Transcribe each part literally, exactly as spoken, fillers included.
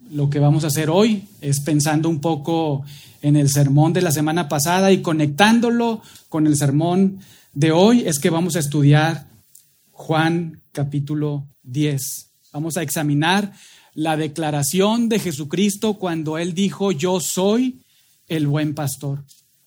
lo que vamos a hacer hoy es pensando un poco en el sermón de la semana pasada y conectándolo con el sermón de hoy, es que vamos a estudiar Juan capítulo diez. Vamos a examinar la declaración de Jesucristo cuando Él dijo: yo soy el buen pastor.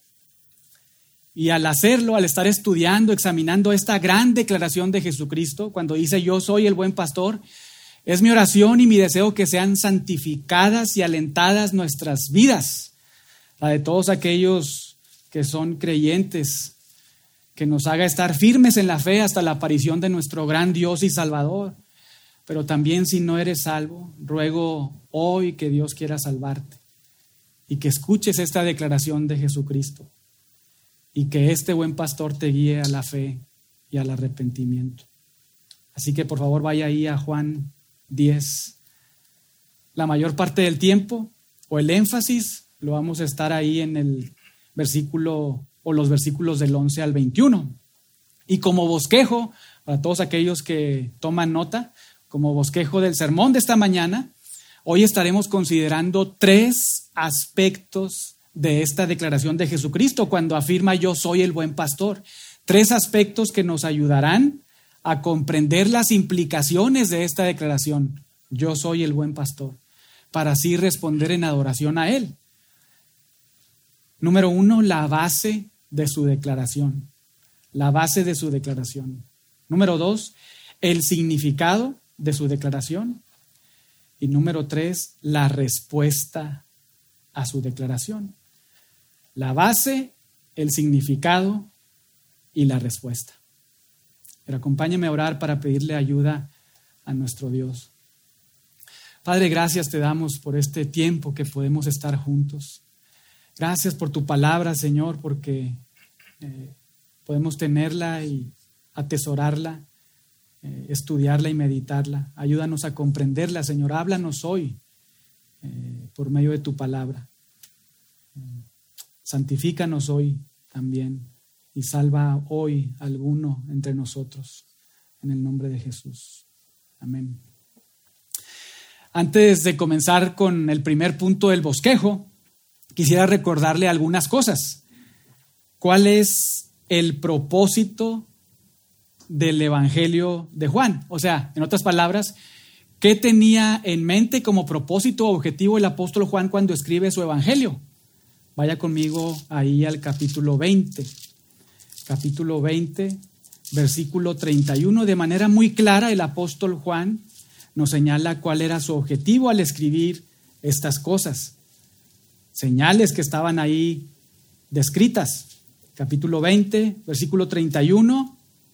Y al hacerlo, al estar estudiando, examinando esta gran declaración de Jesucristo, cuando dice yo soy el buen pastor, es mi oración y mi deseo que sean santificadas y alentadas nuestras vidas, la de todos aquellos que son creyentes, que nos haga estar firmes en la fe hasta la aparición de nuestro gran Dios y Salvador. Pero también, si no eres salvo, ruego hoy que Dios quiera salvarte y que escuches esta declaración de Jesucristo y que este buen pastor te guíe a la fe y al arrepentimiento. Así que por favor vaya ahí a Juan diez. La mayor parte del tiempo o el énfasis lo vamos a estar ahí en el versículo o los versículos del once al veintiuno. Y como bosquejo, para todos aquellos que toman nota, como bosquejo del sermón de esta mañana, hoy estaremos considerando tres aspectos de esta declaración de Jesucristo cuando afirma yo soy el buen pastor. Tres aspectos que nos ayudarán a comprender las implicaciones de esta declaración, yo soy el buen pastor, para así responder en adoración a Él. Número uno, la base de su declaración, la base de su declaración. Número dos, el significado de su declaración. Y número tres, la respuesta a su declaración. La base, el significado y la respuesta. Pero acompáñame a orar para pedirle ayuda a nuestro Dios. Padre, gracias te damos por este tiempo que podemos estar juntos. Gracias por tu palabra, Señor, porque eh, podemos tenerla y atesorarla, eh, estudiarla y meditarla. Ayúdanos a comprenderla, Señor. Háblanos hoy eh, por medio de tu palabra. Eh, santifícanos hoy también. Y salva hoy a alguno entre nosotros, en el nombre de Jesús. Amén. Antes de comenzar con el primer punto del bosquejo, quisiera recordarle algunas cosas. ¿Cuál es el propósito del Evangelio de Juan? O sea, en otras palabras, ¿qué tenía en mente como propósito o objetivo el apóstol Juan cuando escribe su Evangelio? Vaya conmigo ahí al capítulo veinte. Capítulo veinte, versículo treinta y uno, de manera muy clara el apóstol Juan nos señala cuál era su objetivo al escribir estas cosas. Señales que estaban ahí descritas. Capítulo veinte, versículo treinta y uno,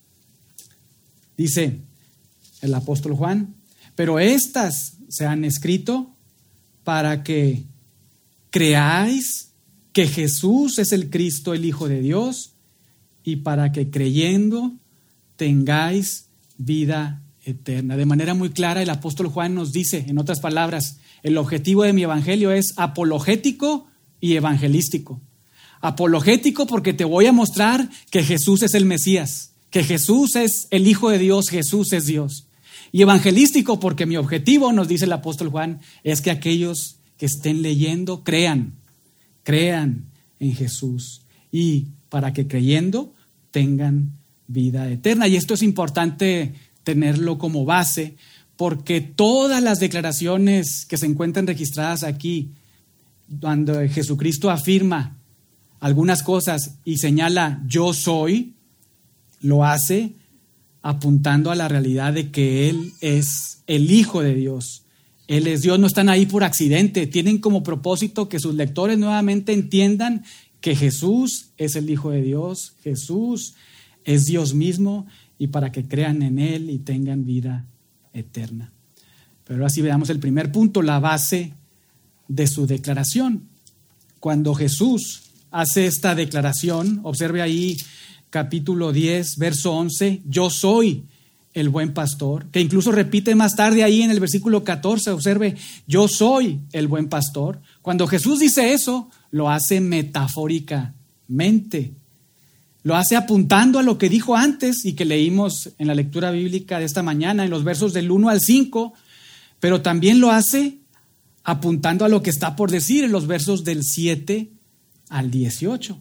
dice el apóstol Juan, pero estas se han escrito para que creáis que Jesús es el Cristo, el Hijo de Dios, y para que creyendo tengáis vida eterna. De manera muy clara el apóstol Juan nos dice, en otras palabras, el objetivo de mi evangelio es apologético y evangelístico. Apologético porque te voy a mostrar que Jesús es el Mesías, que Jesús es el Hijo de Dios, Jesús es Dios. Y evangelístico porque mi objetivo, nos dice el apóstol Juan, es que aquellos que estén leyendo crean, crean en Jesús y para que creyendo tengan vida eterna. Y esto es importante tenerlo como base porque todas las declaraciones que se encuentran registradas aquí, cuando Jesucristo afirma algunas cosas y señala yo soy, lo hace apuntando a la realidad de que Él es el Hijo de Dios. Él es Dios, no están ahí por accidente, tienen como propósito que sus lectores nuevamente entiendan que Jesús es el Hijo de Dios, Jesús es Dios mismo y para que crean en Él y tengan vida eterna. Pero ahora sí veamos el primer punto, la base de su declaración. Cuando Jesús hace esta declaración, observe ahí capítulo diez, verso once, yo soy el buen pastor, que incluso repite más tarde ahí en el versículo catorce, observe, yo soy el buen pastor. Cuando Jesús dice eso, lo hace metafóricamente, lo hace apuntando a lo que dijo antes y que leímos en la lectura bíblica de esta mañana, en los versos del uno al cinco, pero también lo hace apuntando a lo que está por decir en los versos del siete al dieciocho.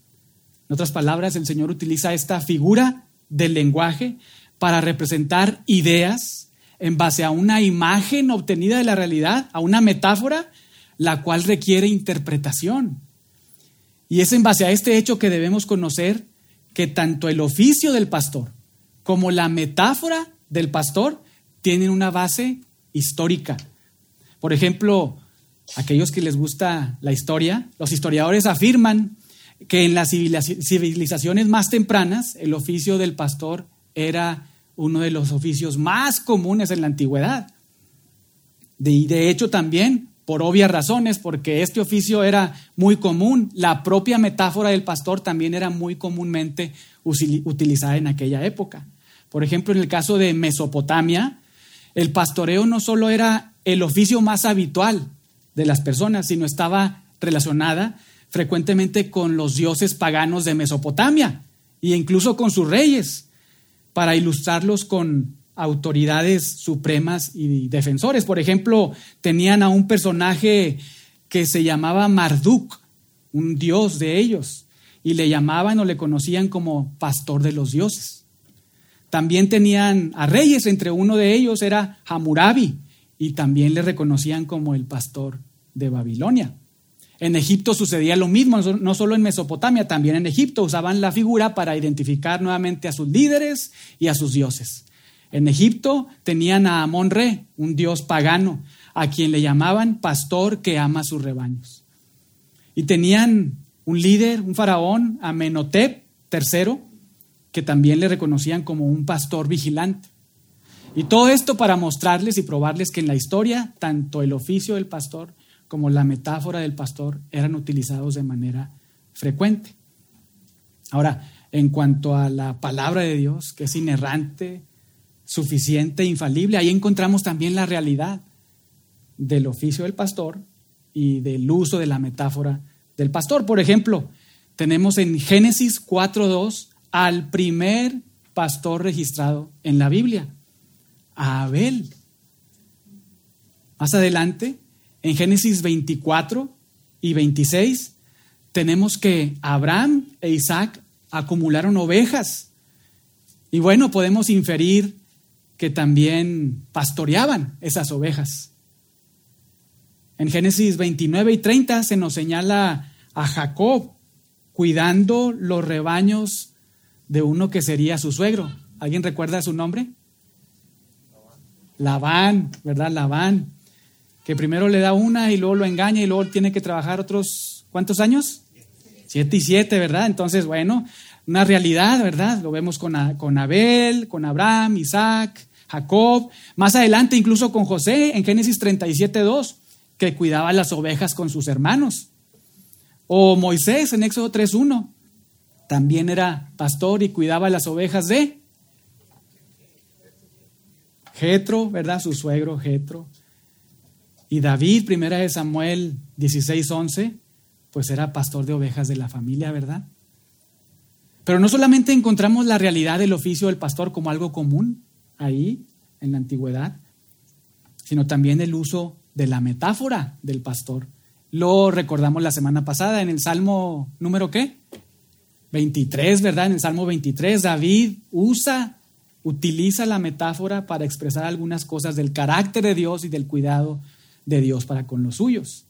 En otras palabras, el Señor utiliza esta figura del lenguaje para representar ideas en base a una imagen obtenida de la realidad, a una metáfora, la cual requiere interpretación. Y es en base a este hecho que debemos conocer que tanto el oficio del pastor como la metáfora del pastor tienen una base histórica. Por ejemplo, aquellos que les gusta la historia, los historiadores afirman que en las civilizaciones más tempranas el oficio del pastor era uno de los oficios más comunes en la antigüedad. De, de hecho también, por obvias razones, porque este oficio era muy común, la propia metáfora del pastor también era muy comúnmente utilizada en aquella época. Por ejemplo, en el caso de Mesopotamia, el pastoreo no solo era el oficio más habitual de las personas, sino estaba relacionada frecuentemente con los dioses paganos de Mesopotamia e incluso con sus reyes, para ilustrarlos con autoridades supremas y defensores. Por ejemplo, tenían a un personaje que se llamaba Marduk, un dios de ellos, y le llamaban o le conocían como pastor de los dioses. También tenían a reyes, entre uno de ellos era Hammurabi, y también le reconocían como el pastor de Babilonia. En Egipto sucedía lo mismo, no solo en Mesopotamia, también en Egipto usaban la figura para identificar nuevamente a sus líderes y a sus dioses. En Egipto tenían a Amón-Re, un dios pagano, a quien le llamaban pastor que ama a sus rebaños. Y tenían un líder, un faraón, Amenhotep tercero, que también le reconocían como un pastor vigilante. Y todo esto para mostrarles y probarles que en la historia, tanto el oficio del pastor como la metáfora del pastor eran utilizados de manera frecuente. Ahora, en cuanto a la palabra de Dios, que es inerrante, suficiente, infalible, ahí encontramos también la realidad del oficio del pastor y del uso de la metáfora del pastor. Por ejemplo, tenemos en Génesis cuatro dos al primer pastor registrado en la Biblia, a Abel. Más adelante, en Génesis veinticuatro y veintiséis, tenemos que Abraham e Isaac acumularon ovejas. Y bueno, podemos inferir que también pastoreaban esas ovejas. En Génesis veintinueve y treinta se nos señala a Jacob cuidando los rebaños de uno que sería su suegro. ¿Alguien recuerda su nombre? Labán, ¿verdad? Labán, que primero le da una y luego lo engaña y luego tiene que trabajar otros, ¿cuántos años? Siete y siete, ¿verdad? Entonces, bueno, una realidad, ¿verdad? Lo vemos con, con Abel, con Abraham, Isaac, Jacob, más adelante incluso con José en Génesis treinta y siete dos, que cuidaba las ovejas con sus hermanos. O Moisés en Éxodo tres uno, también era pastor y cuidaba las ovejas de Jetro, ¿verdad? Su suegro Jetro. Y David, primera de Samuel dieciséis once, pues era pastor de ovejas de la familia, ¿verdad? Pero no solamente encontramos la realidad del oficio del pastor como algo común ahí en la antigüedad, sino también el uso de la metáfora del pastor. Lo recordamos la semana pasada en el Salmo número ¿qué? veintitrés, ¿verdad? En el Salmo veintitrés, David usa, utiliza la metáfora para expresar algunas cosas del carácter de Dios y del cuidado de Dios para con los suyos.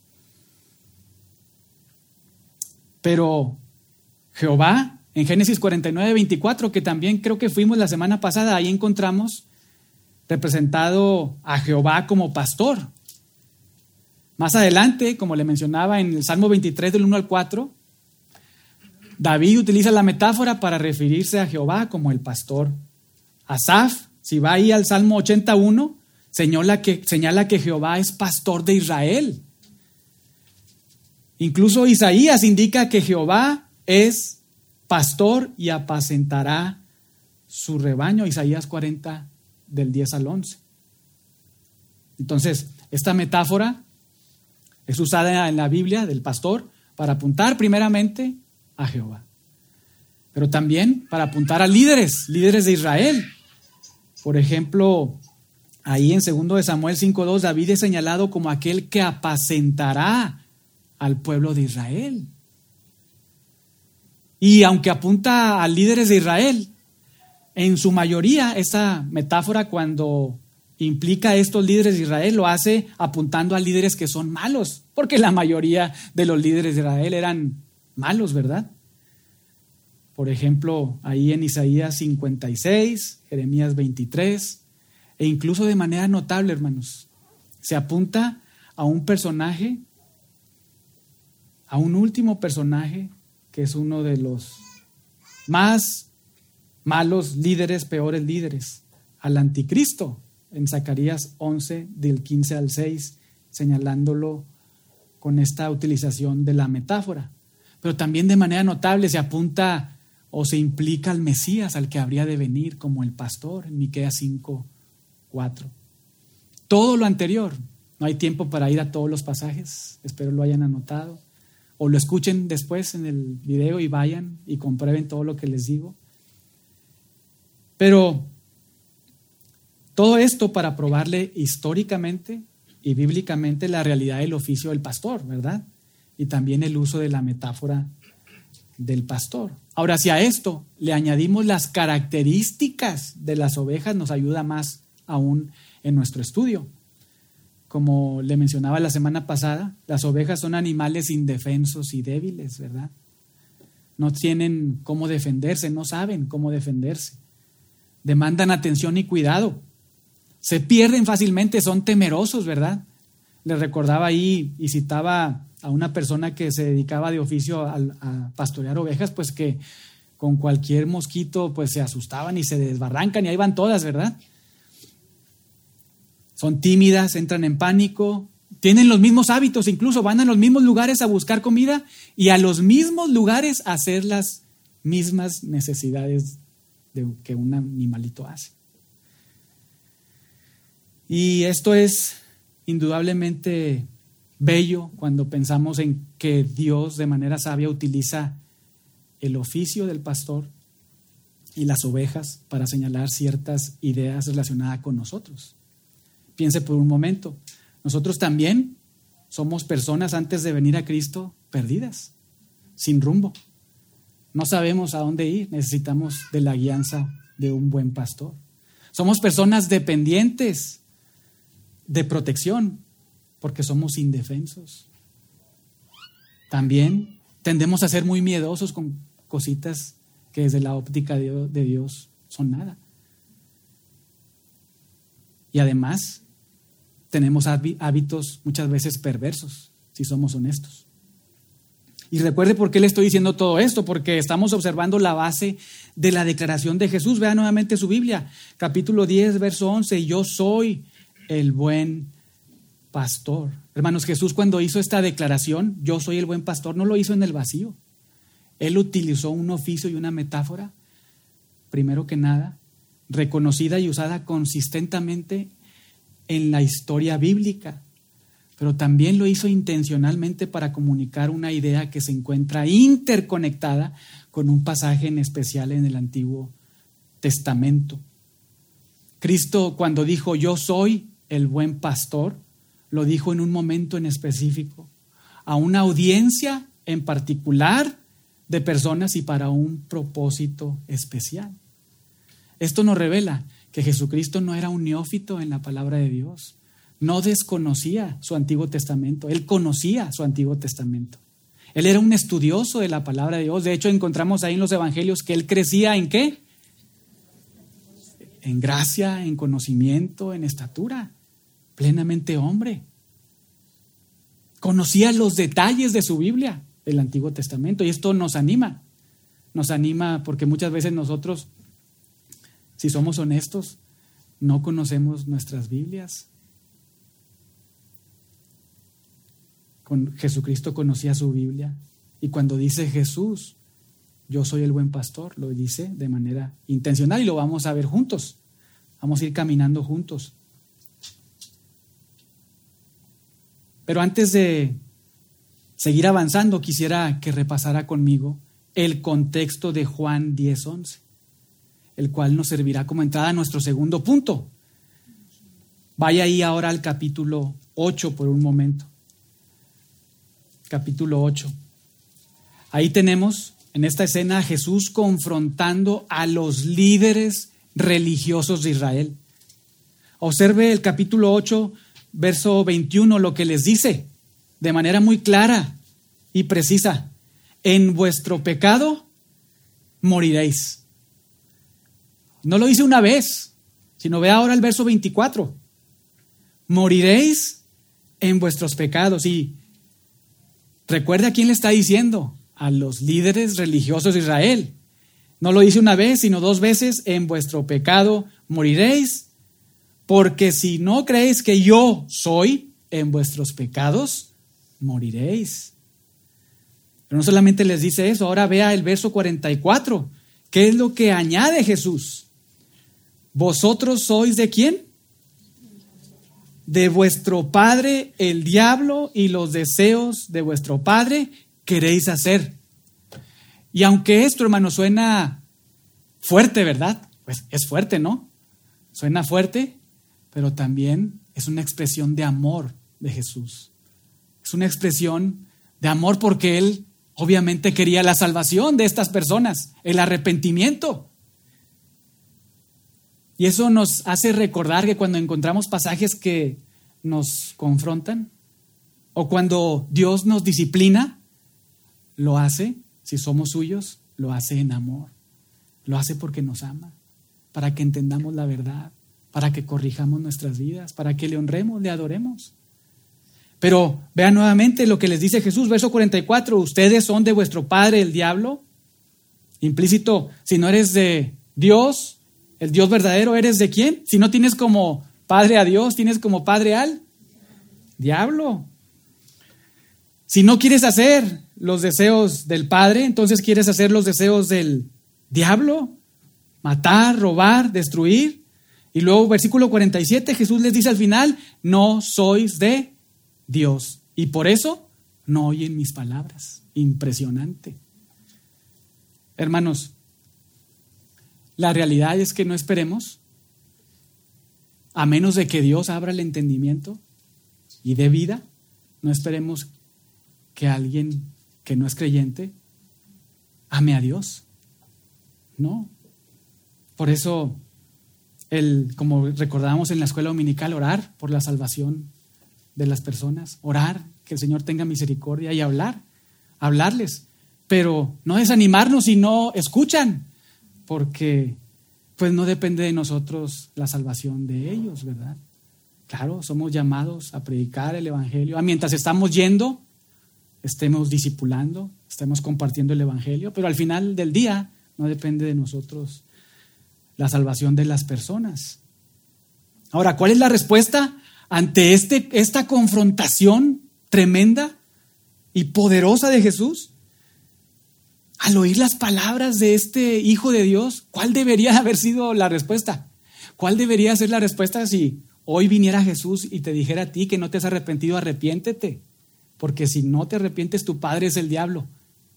Pero Jehová, en Génesis cuarenta y nueve veinticuatro, que también creo que fuimos la semana pasada, ahí encontramos representado a Jehová como pastor. Más adelante, como le mencionaba en el Salmo veintitrés del uno al cuatro, David utiliza la metáfora para referirse a Jehová como el pastor. Asaf, si va ahí al Salmo ochenta y uno, señala que, señala que Jehová es pastor de Israel. Incluso Isaías indica que Jehová es pastor y apacentará su rebaño. Isaías cuarenta del diez al once. Entonces, esta metáfora es usada en la Biblia del pastor para apuntar primeramente a Jehová, pero también para apuntar a líderes, líderes de Israel. Por ejemplo, Ahí en segundo de Samuel cinco dos, David es señalado como aquel que apacentará al pueblo de Israel. Y aunque apunta a líderes de Israel, en su mayoría esa metáfora, cuando implica a estos líderes de Israel, lo hace apuntando a líderes que son malos, porque la mayoría de los líderes de Israel eran malos, ¿verdad? Por ejemplo, ahí en Isaías cincuenta y seis, Jeremías veintitrés, e incluso de manera notable, hermanos, se apunta a un personaje, a un último personaje, que es uno de los más malos líderes, peores líderes, al anticristo, en Zacarías once, del quince al seis, señalándolo con esta utilización de la metáfora. Pero también de manera notable se apunta o se implica al Mesías, al que habría de venir como el pastor, en Miqueas cinco, cuatro. Todo lo anterior, no hay tiempo para ir a todos los pasajes, espero lo hayan anotado, o lo escuchen después en el video y vayan y comprueben todo lo que les digo. Pero todo esto para probarle históricamente y bíblicamente la realidad del oficio del pastor, ¿verdad? Y también el uso de la metáfora del pastor. Ahora, si a esto le añadimos las características de las ovejas, nos ayuda más aún en nuestro estudio. Como le mencionaba la semana pasada, las ovejas son animales indefensos y débiles, ¿verdad? No tienen cómo defenderse, no saben cómo defenderse. Demandan atención y cuidado. Se pierden fácilmente, son temerosos, ¿verdad? Les recordaba ahí y citaba a una persona que se dedicaba de oficio a, a pastorear ovejas, pues que con cualquier mosquito pues se asustaban y se desbarrancan y ahí van todas, ¿verdad? Son tímidas, entran en pánico, tienen los mismos hábitos, incluso van a los mismos lugares a buscar comida y a los mismos lugares a hacer las mismas necesidades de, que un animalito hace. Y esto es indudablemente bello cuando pensamos en que Dios de manera sabia utiliza el oficio del pastor y las ovejas para señalar ciertas ideas relacionadas con nosotros. Piense por un momento, nosotros también somos personas antes de venir a Cristo perdidas, sin rumbo. No sabemos a dónde ir, necesitamos de la guianza de un buen pastor. Somos personas dependientes de protección porque somos indefensos. También tendemos a ser muy miedosos con cositas que desde la óptica de Dios son nada. Y además tenemos hábitos muchas veces perversos, si somos honestos. Y recuerde por qué le estoy diciendo todo esto, porque estamos observando la base de la declaración de Jesús. Vea nuevamente su Biblia, capítulo diez, verso once, yo soy el buen pastor. Hermanos, Jesús cuando hizo esta declaración, yo soy el buen pastor, no lo hizo en el vacío. Él utilizó un oficio y una metáfora, primero que nada, reconocida y usada consistentemente en la historia bíblica, pero también lo hizo intencionalmente para comunicar una idea que se encuentra interconectada con un pasaje en especial en el Antiguo Testamento. Cristo, cuando dijo yo soy el buen pastor, lo dijo en un momento en específico, a una audiencia en particular de personas y para un propósito especial. Esto nos revela que Jesucristo no era un neófito en la palabra de Dios, no desconocía su Antiguo Testamento, él conocía su Antiguo Testamento. Él era un estudioso de la palabra de Dios. De hecho, encontramos ahí en los evangelios que él crecía ¿en qué? En gracia, en conocimiento, en estatura, plenamente hombre. Conocía los detalles de su Biblia, del Antiguo Testamento, y esto nos anima. Nos anima porque muchas veces nosotros, si somos honestos, no conocemos nuestras Biblias. Con Jesucristo conocía su Biblia y cuando dice Jesús, yo soy el buen pastor, lo dice de manera intencional y lo vamos a ver juntos. Vamos a ir caminando juntos. Pero antes de seguir avanzando, quisiera que repasara conmigo el contexto de Juan diez once, el cual nos servirá como entrada a nuestro segundo punto. Vaya ahí ahora al capítulo ocho por un momento. Capítulo ocho. Ahí tenemos en esta escena a Jesús confrontando a los líderes religiosos de Israel. Observe el capítulo ocho, verso veintiuno, lo que les dice de manera muy clara y precisa. En vuestro pecado moriréis. No lo dice una vez, sino ve ahora el verso veinticuatro. Moriréis en vuestros pecados. Y recuerda a quién le está diciendo: a los líderes religiosos de Israel. No lo dice una vez, sino dos veces. En vuestro pecado moriréis, porque si no creéis que yo soy, en vuestros pecados moriréis. Pero no solamente les dice eso, ahora vea el verso cuarenta y cuatro. ¿Qué es lo que añade Jesús? ¿Vosotros sois de quién? De vuestro padre el diablo, y los deseos de vuestro padre queréis hacer. Y aunque esto, hermano, suena fuerte, ¿verdad? Pues es fuerte, ¿no? Suena fuerte, pero también es una expresión de amor de Jesús. Es una expresión de amor porque Él obviamente quería la salvación de estas personas, el arrepentimiento. Y eso nos hace recordar que cuando encontramos pasajes que nos confrontan, o cuando Dios nos disciplina, lo hace, si somos suyos, lo hace en amor. Lo hace porque nos ama, para que entendamos la verdad, para que corrijamos nuestras vidas, para que le honremos, le adoremos. Pero vean nuevamente lo que les dice Jesús, verso cuarenta y cuatro. Ustedes son de vuestro padre el diablo. Implícito, si no eres de Dios, el Dios verdadero, ¿eres de quién? Si no tienes como padre a Dios, tienes como padre al diablo. Si no quieres hacer los deseos del Padre, entonces quieres hacer los deseos del diablo, matar, robar, destruir. Y luego versículo cuarenta y siete, Jesús les dice al final: no sois de Dios, y por eso no oyen mis palabras. Impresionante. Hermanos, la realidad es que no esperemos, a menos de que Dios abra el entendimiento y dé vida, no esperemos que alguien que no es creyente ame a Dios. No. Por eso, el, como recordábamos en la escuela dominical, orar por la salvación de las personas, orar que el Señor tenga misericordia y hablar, hablarles, pero no desanimarnos si no escuchan, porque pues no depende de nosotros la salvación de ellos, ¿verdad? Claro, somos llamados a predicar el evangelio, a mientras estamos yendo, estemos discipulando, estemos compartiendo el evangelio, pero al final del día no depende de nosotros la salvación de las personas. Ahora, ¿cuál es la respuesta ante este, esta confrontación tremenda y poderosa de Jesús? Al oír las palabras de este Hijo de Dios, ¿cuál debería haber sido la respuesta? ¿Cuál debería ser la respuesta si hoy viniera Jesús y te dijera a ti que no te has arrepentido? Arrepiéntete, porque si no te arrepientes, tu padre es el diablo.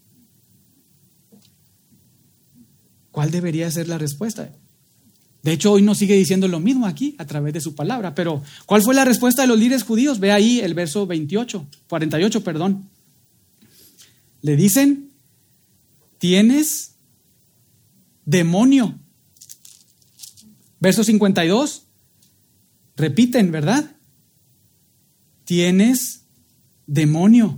¿Cuál debería ser la respuesta? De hecho, hoy nos sigue diciendo lo mismo aquí a través de su palabra. Pero, ¿cuál fue la respuesta de los líderes judíos? Ve ahí el verso veintiocho, cuarenta y ocho, perdón. Le dicen: tienes demonio. Verso cincuenta y dos. Repiten, ¿verdad? Tienes demonio.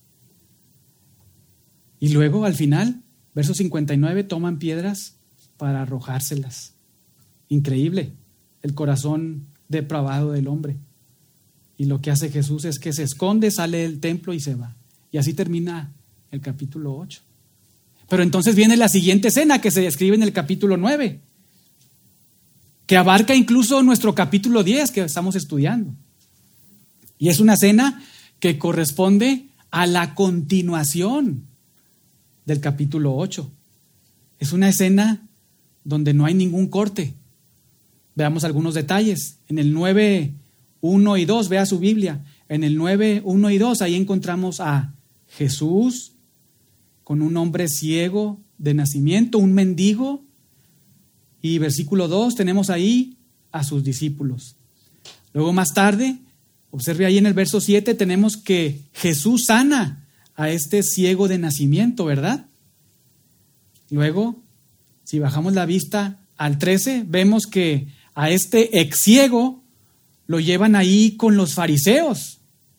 Y luego, al final, verso cincuenta y nueve, toman piedras para arrojárselas. Increíble, el corazón depravado del hombre. Y lo que hace Jesús es que se esconde, sale del templo y se va. Y así termina el capítulo ocho. Pero entonces viene la siguiente escena que se describe en el capítulo nueve, que abarca incluso nuestro capítulo diez que estamos estudiando. Y es una escena que corresponde a la continuación del capítulo ocho. Es una escena donde no hay ningún corte. Veamos algunos detalles. En el nueve, uno y dos, vea su Biblia. En el nueve, uno y dos, ahí encontramos a Jesús con un hombre ciego de nacimiento, un mendigo. Y versículo dos, tenemos ahí a sus discípulos. Luego más tarde, observe ahí en el verso siete, tenemos que Jesús sana a este ciego de nacimiento, ¿verdad? Luego, si bajamos la vista al trece, vemos que a este ex ciego lo llevan ahí con los fariseos.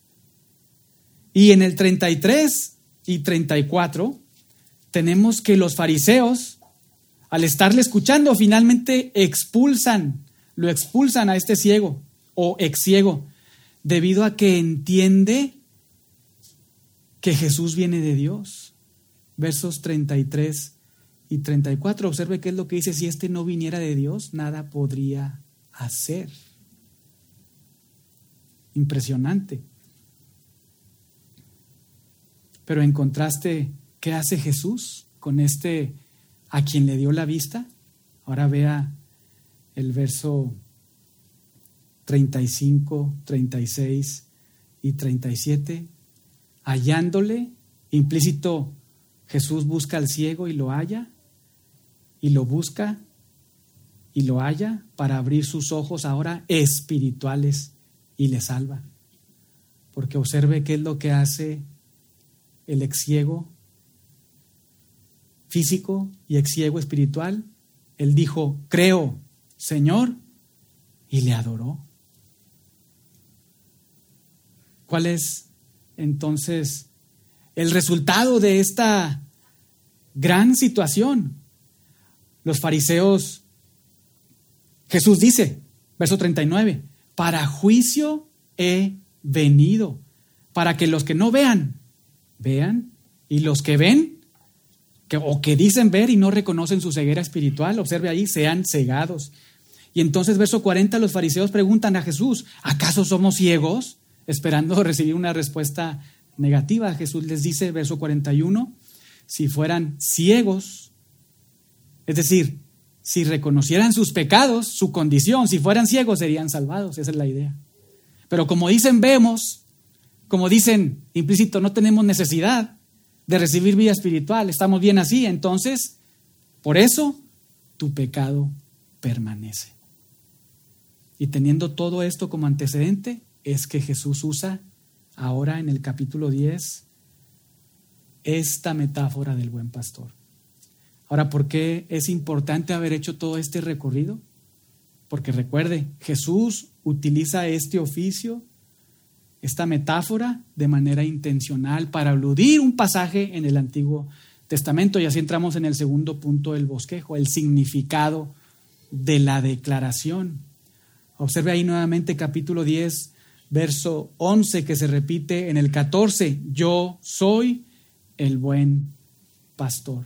Y en el treinta y tres y treinta y cuatro tenemos que los fariseos, al estarle escuchando, finalmente expulsan, lo expulsan a este ciego o ex ciego, debido a que entiende que Jesús viene de Dios. Versos treinta y tres y treinta y cuatro, observe qué es lo que dice: si este no viniera de Dios, nada podría hacer. Impresionante. Pero en contraste, ¿qué hace Jesús con este a quien le dio la vista? Ahora vea el verso treinta y cinco, treinta y seis y treinta y siete. Hallándole, implícito, Jesús busca al ciego y lo halla, y lo busca y lo halla para abrir sus ojos ahora espirituales y le salva. Porque observe qué es lo que hace el ex ciego físico y ex ciego espiritual. Él dijo: creo, Señor, y le adoró. ¿Cuál es entonces el resultado de esta gran situación? Los fariseos, Jesús dice, verso treinta y nueve, para juicio he venido, para que los que no vean, vean, y los que ven, que, o que dicen ver y no reconocen su ceguera espiritual, observe ahí, sean cegados. Y entonces, verso cuarenta, los fariseos preguntan a Jesús: ¿acaso somos ciegos? Esperando recibir una respuesta negativa. Jesús les dice, verso cuarenta y uno, si fueran ciegos, es decir, si reconocieran sus pecados, su condición, si fueran ciegos serían salvados. Esa es la idea. Pero como dicen vemos, como dicen implícito, no tenemos necesidad de recibir vida espiritual, estamos bien así, entonces, por eso, tu pecado permanece. Y teniendo todo esto como antecedente, es que Jesús usa ahora en el capítulo diez esta metáfora del buen pastor. Ahora, ¿por qué es importante haber hecho todo este recorrido? Porque recuerde, Jesús utiliza este oficio, esta metáfora, de manera intencional para aludir un pasaje en el Antiguo Testamento. Y así entramos en el segundo punto del bosquejo, el significado de la declaración. Observe ahí nuevamente capítulo diez, verso once, que se repite en el catorce. Yo soy el buen pastor.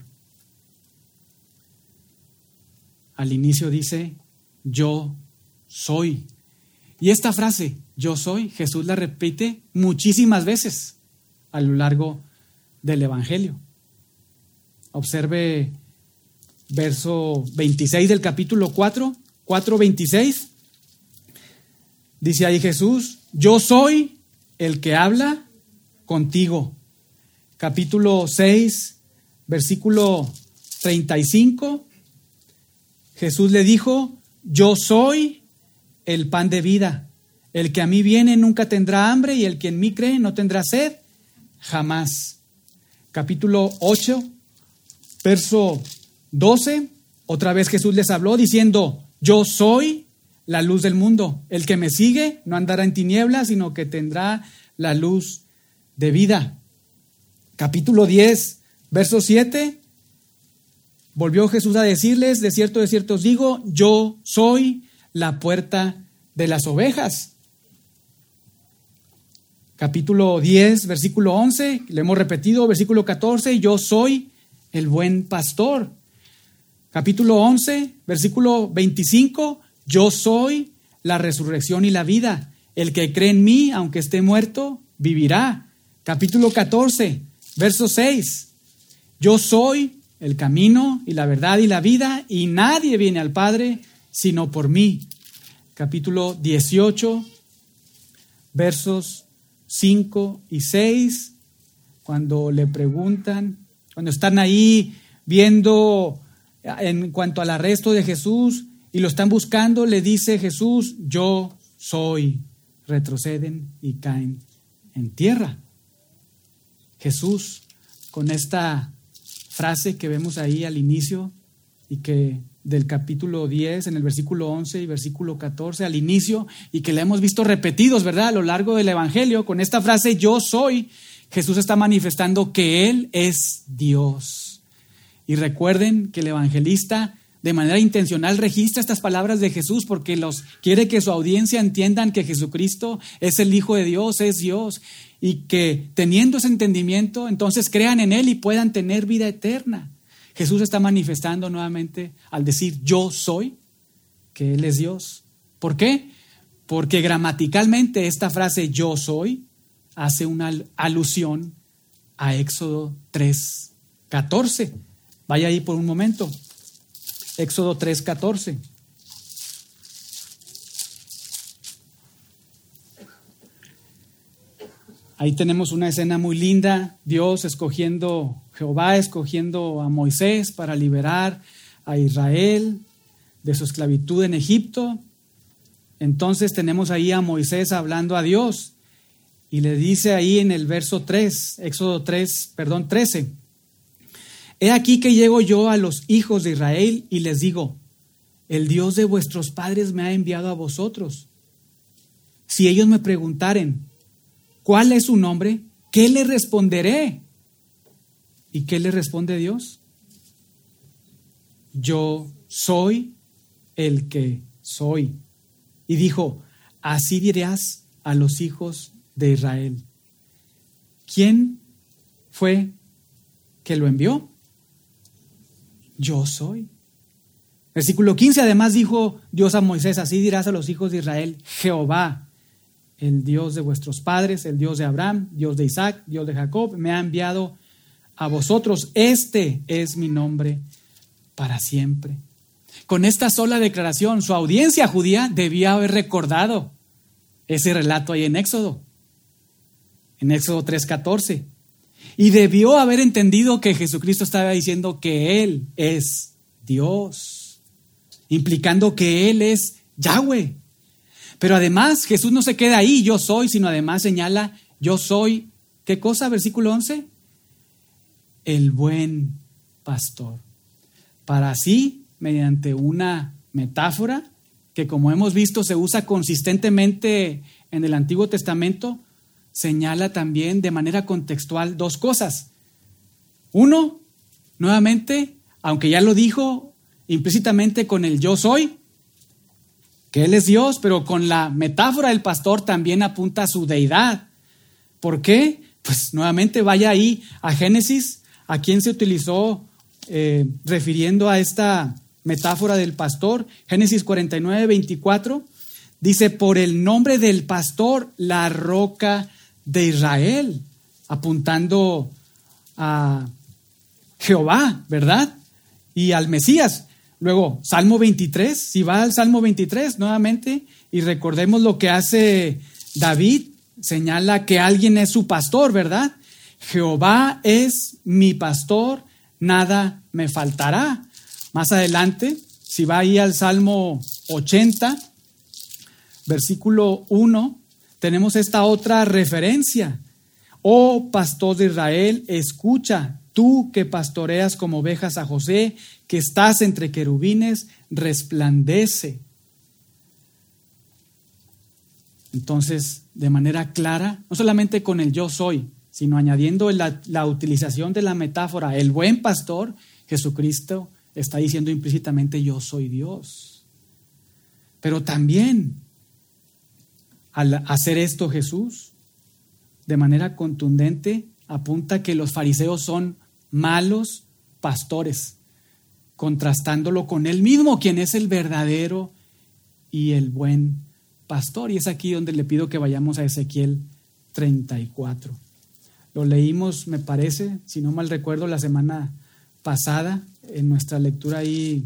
Al inicio dice, yo soy. Y esta frase, yo soy, Jesús la repite muchísimas veces a lo largo del Evangelio. Observe verso veintiséis del capítulo cuatro, cuatro veintiséis. Dice ahí Jesús, yo soy el que habla contigo. Capítulo seis, versículo treinta y cinco. Jesús le dijo, yo soy el pan de vida. El que a mí viene nunca tendrá hambre y el que en mí cree no tendrá sed jamás. Capítulo ocho, verso doce. Otra vez Jesús les habló diciendo, yo soy la luz del mundo. El que me sigue no andará en tinieblas, sino que tendrá la luz de vida. Capítulo diez, verso siete. Volvió Jesús a decirles, de cierto, de cierto os digo, yo soy la puerta de las ovejas. Capítulo diez, versículo once, le hemos repetido, versículo catorce, yo soy el buen pastor. Capítulo once, versículo veinticinco, yo soy la resurrección y la vida. El que cree en mí, aunque esté muerto, vivirá. Capítulo catorce, verso seis, yo soy el camino y la verdad y la vida, y nadie viene al Padre sino por mí. Capítulo dieciocho, versos cinco y seis, cuando le preguntan, cuando están ahí viendo en cuanto al arresto de Jesús y lo están buscando, le dice Jesús, yo soy, retroceden y caen en tierra. Jesús, con esta frase que vemos ahí al inicio y que del capítulo diez, en el versículo once y versículo catorce, al inicio, y que le hemos visto repetidos, ¿verdad?, a lo largo del Evangelio, con esta frase yo soy, Jesús está manifestando que Él es Dios. Y recuerden que el evangelista de manera intencional registra estas palabras de Jesús porque los quiere que su audiencia entiendan que Jesucristo es el Hijo de Dios, es Dios, y que teniendo ese entendimiento, entonces crean en Él y puedan tener vida eterna. Jesús está manifestando nuevamente al decir yo soy, que Él es Dios. ¿Por qué? Porque gramaticalmente esta frase yo soy hace una alusión a Éxodo tres catorce. Vaya ahí por un momento. Éxodo tres catorce. Ahí tenemos una escena muy linda, Dios escogiendo, Jehová escogiendo a Moisés para liberar a Israel de su esclavitud en Egipto. Entonces tenemos ahí a Moisés hablando a Dios y le dice ahí en el verso tres, Éxodo tres, perdón, trece. He aquí que llego yo a los hijos de Israel y les digo, el Dios de vuestros padres me ha enviado a vosotros. Si ellos me preguntaren, ¿cuál es su nombre? ¿Qué le responderé? ¿Y qué le responde Dios? Yo soy el que soy. Y dijo, así dirás a los hijos de Israel. ¿Quién fue que lo envió? Yo soy. Versículo quince, además dijo Dios a Moisés, así dirás a los hijos de Israel, Jehová, el Dios de vuestros padres, el Dios de Abraham, Dios de Isaac, Dios de Jacob, me ha enviado a vosotros. Este es mi nombre para siempre. Con esta sola declaración, su audiencia judía debía haber recordado ese relato ahí en Éxodo, en Éxodo tres catorce. Y debió haber entendido que Jesucristo estaba diciendo que Él es Dios, implicando que Él es Yahweh. Pero además Jesús no se queda ahí, yo soy, sino además señala, yo soy, ¿qué cosa? Versículo once, el buen pastor. Para así, mediante una metáfora que como hemos visto se usa consistentemente en el Antiguo Testamento, señala también de manera contextual dos cosas. Uno, nuevamente, aunque ya lo dijo implícitamente con el yo soy, que Él es Dios, pero con la metáfora del pastor también apunta a su deidad. ¿Por qué? Pues nuevamente vaya ahí a Génesis, a quien se utilizó eh, refiriendo a esta metáfora del pastor. Génesis cuarenta y nueve, veinticuatro, dice, por el nombre del pastor, la roca de Israel, apuntando a Jehová, ¿verdad? Y al Mesías. Luego, Salmo veintitrés, si va al Salmo veintitrés nuevamente, y recordemos lo que hace David, señala que alguien es su pastor, ¿verdad? Jehová es mi pastor, nada me faltará. Más adelante, si va ahí al Salmo ochenta, versículo uno, tenemos esta otra referencia. Oh pastor de Israel, escucha, tú que pastoreas como ovejas a José, que estás entre querubines, resplandece. Entonces, de manera clara, no solamente con el yo soy, sino añadiendo la, la utilización de la metáfora, el buen pastor, Jesucristo está diciendo implícitamente yo soy Dios. Pero también, al hacer esto Jesús, de manera contundente, apunta que los fariseos son malos pastores, contrastándolo con él mismo, quien es el verdadero y el buen pastor. Y es aquí donde le pido que vayamos a Ezequiel treinta y cuatro. Lo leímos, me parece, si no mal recuerdo, la semana pasada, en nuestra lectura ahí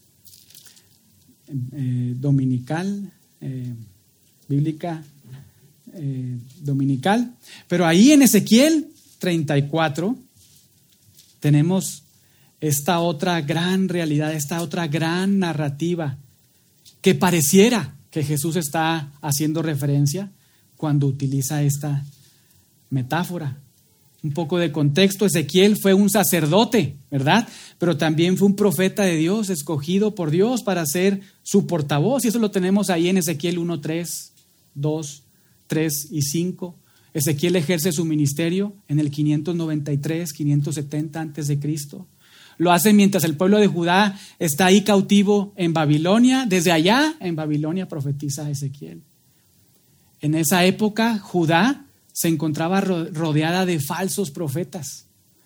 eh, dominical, eh, bíblica eh, dominical. Pero ahí en Ezequiel treinta y cuatro tenemos esta otra gran realidad, esta otra gran narrativa que pareciera, que Jesús está haciendo referencia cuando utiliza esta metáfora? Un poco de contexto: Ezequiel fue un sacerdote, ¿verdad? Pero también fue un profeta de Dios, escogido por Dios para ser su portavoz. Y eso lo tenemos ahí en Ezequiel uno, tres, dos, tres y cinco. Ezequiel ejerce su ministerio en el quinientos noventa y tres, quinientos setenta antes de Cristo. Lo hace mientras el pueblo de Judá está ahí cautivo en Babilonia. Desde allá, en Babilonia, profetiza Ezequiel. En esa época, Judá se encontraba rodeada de falsos profetas,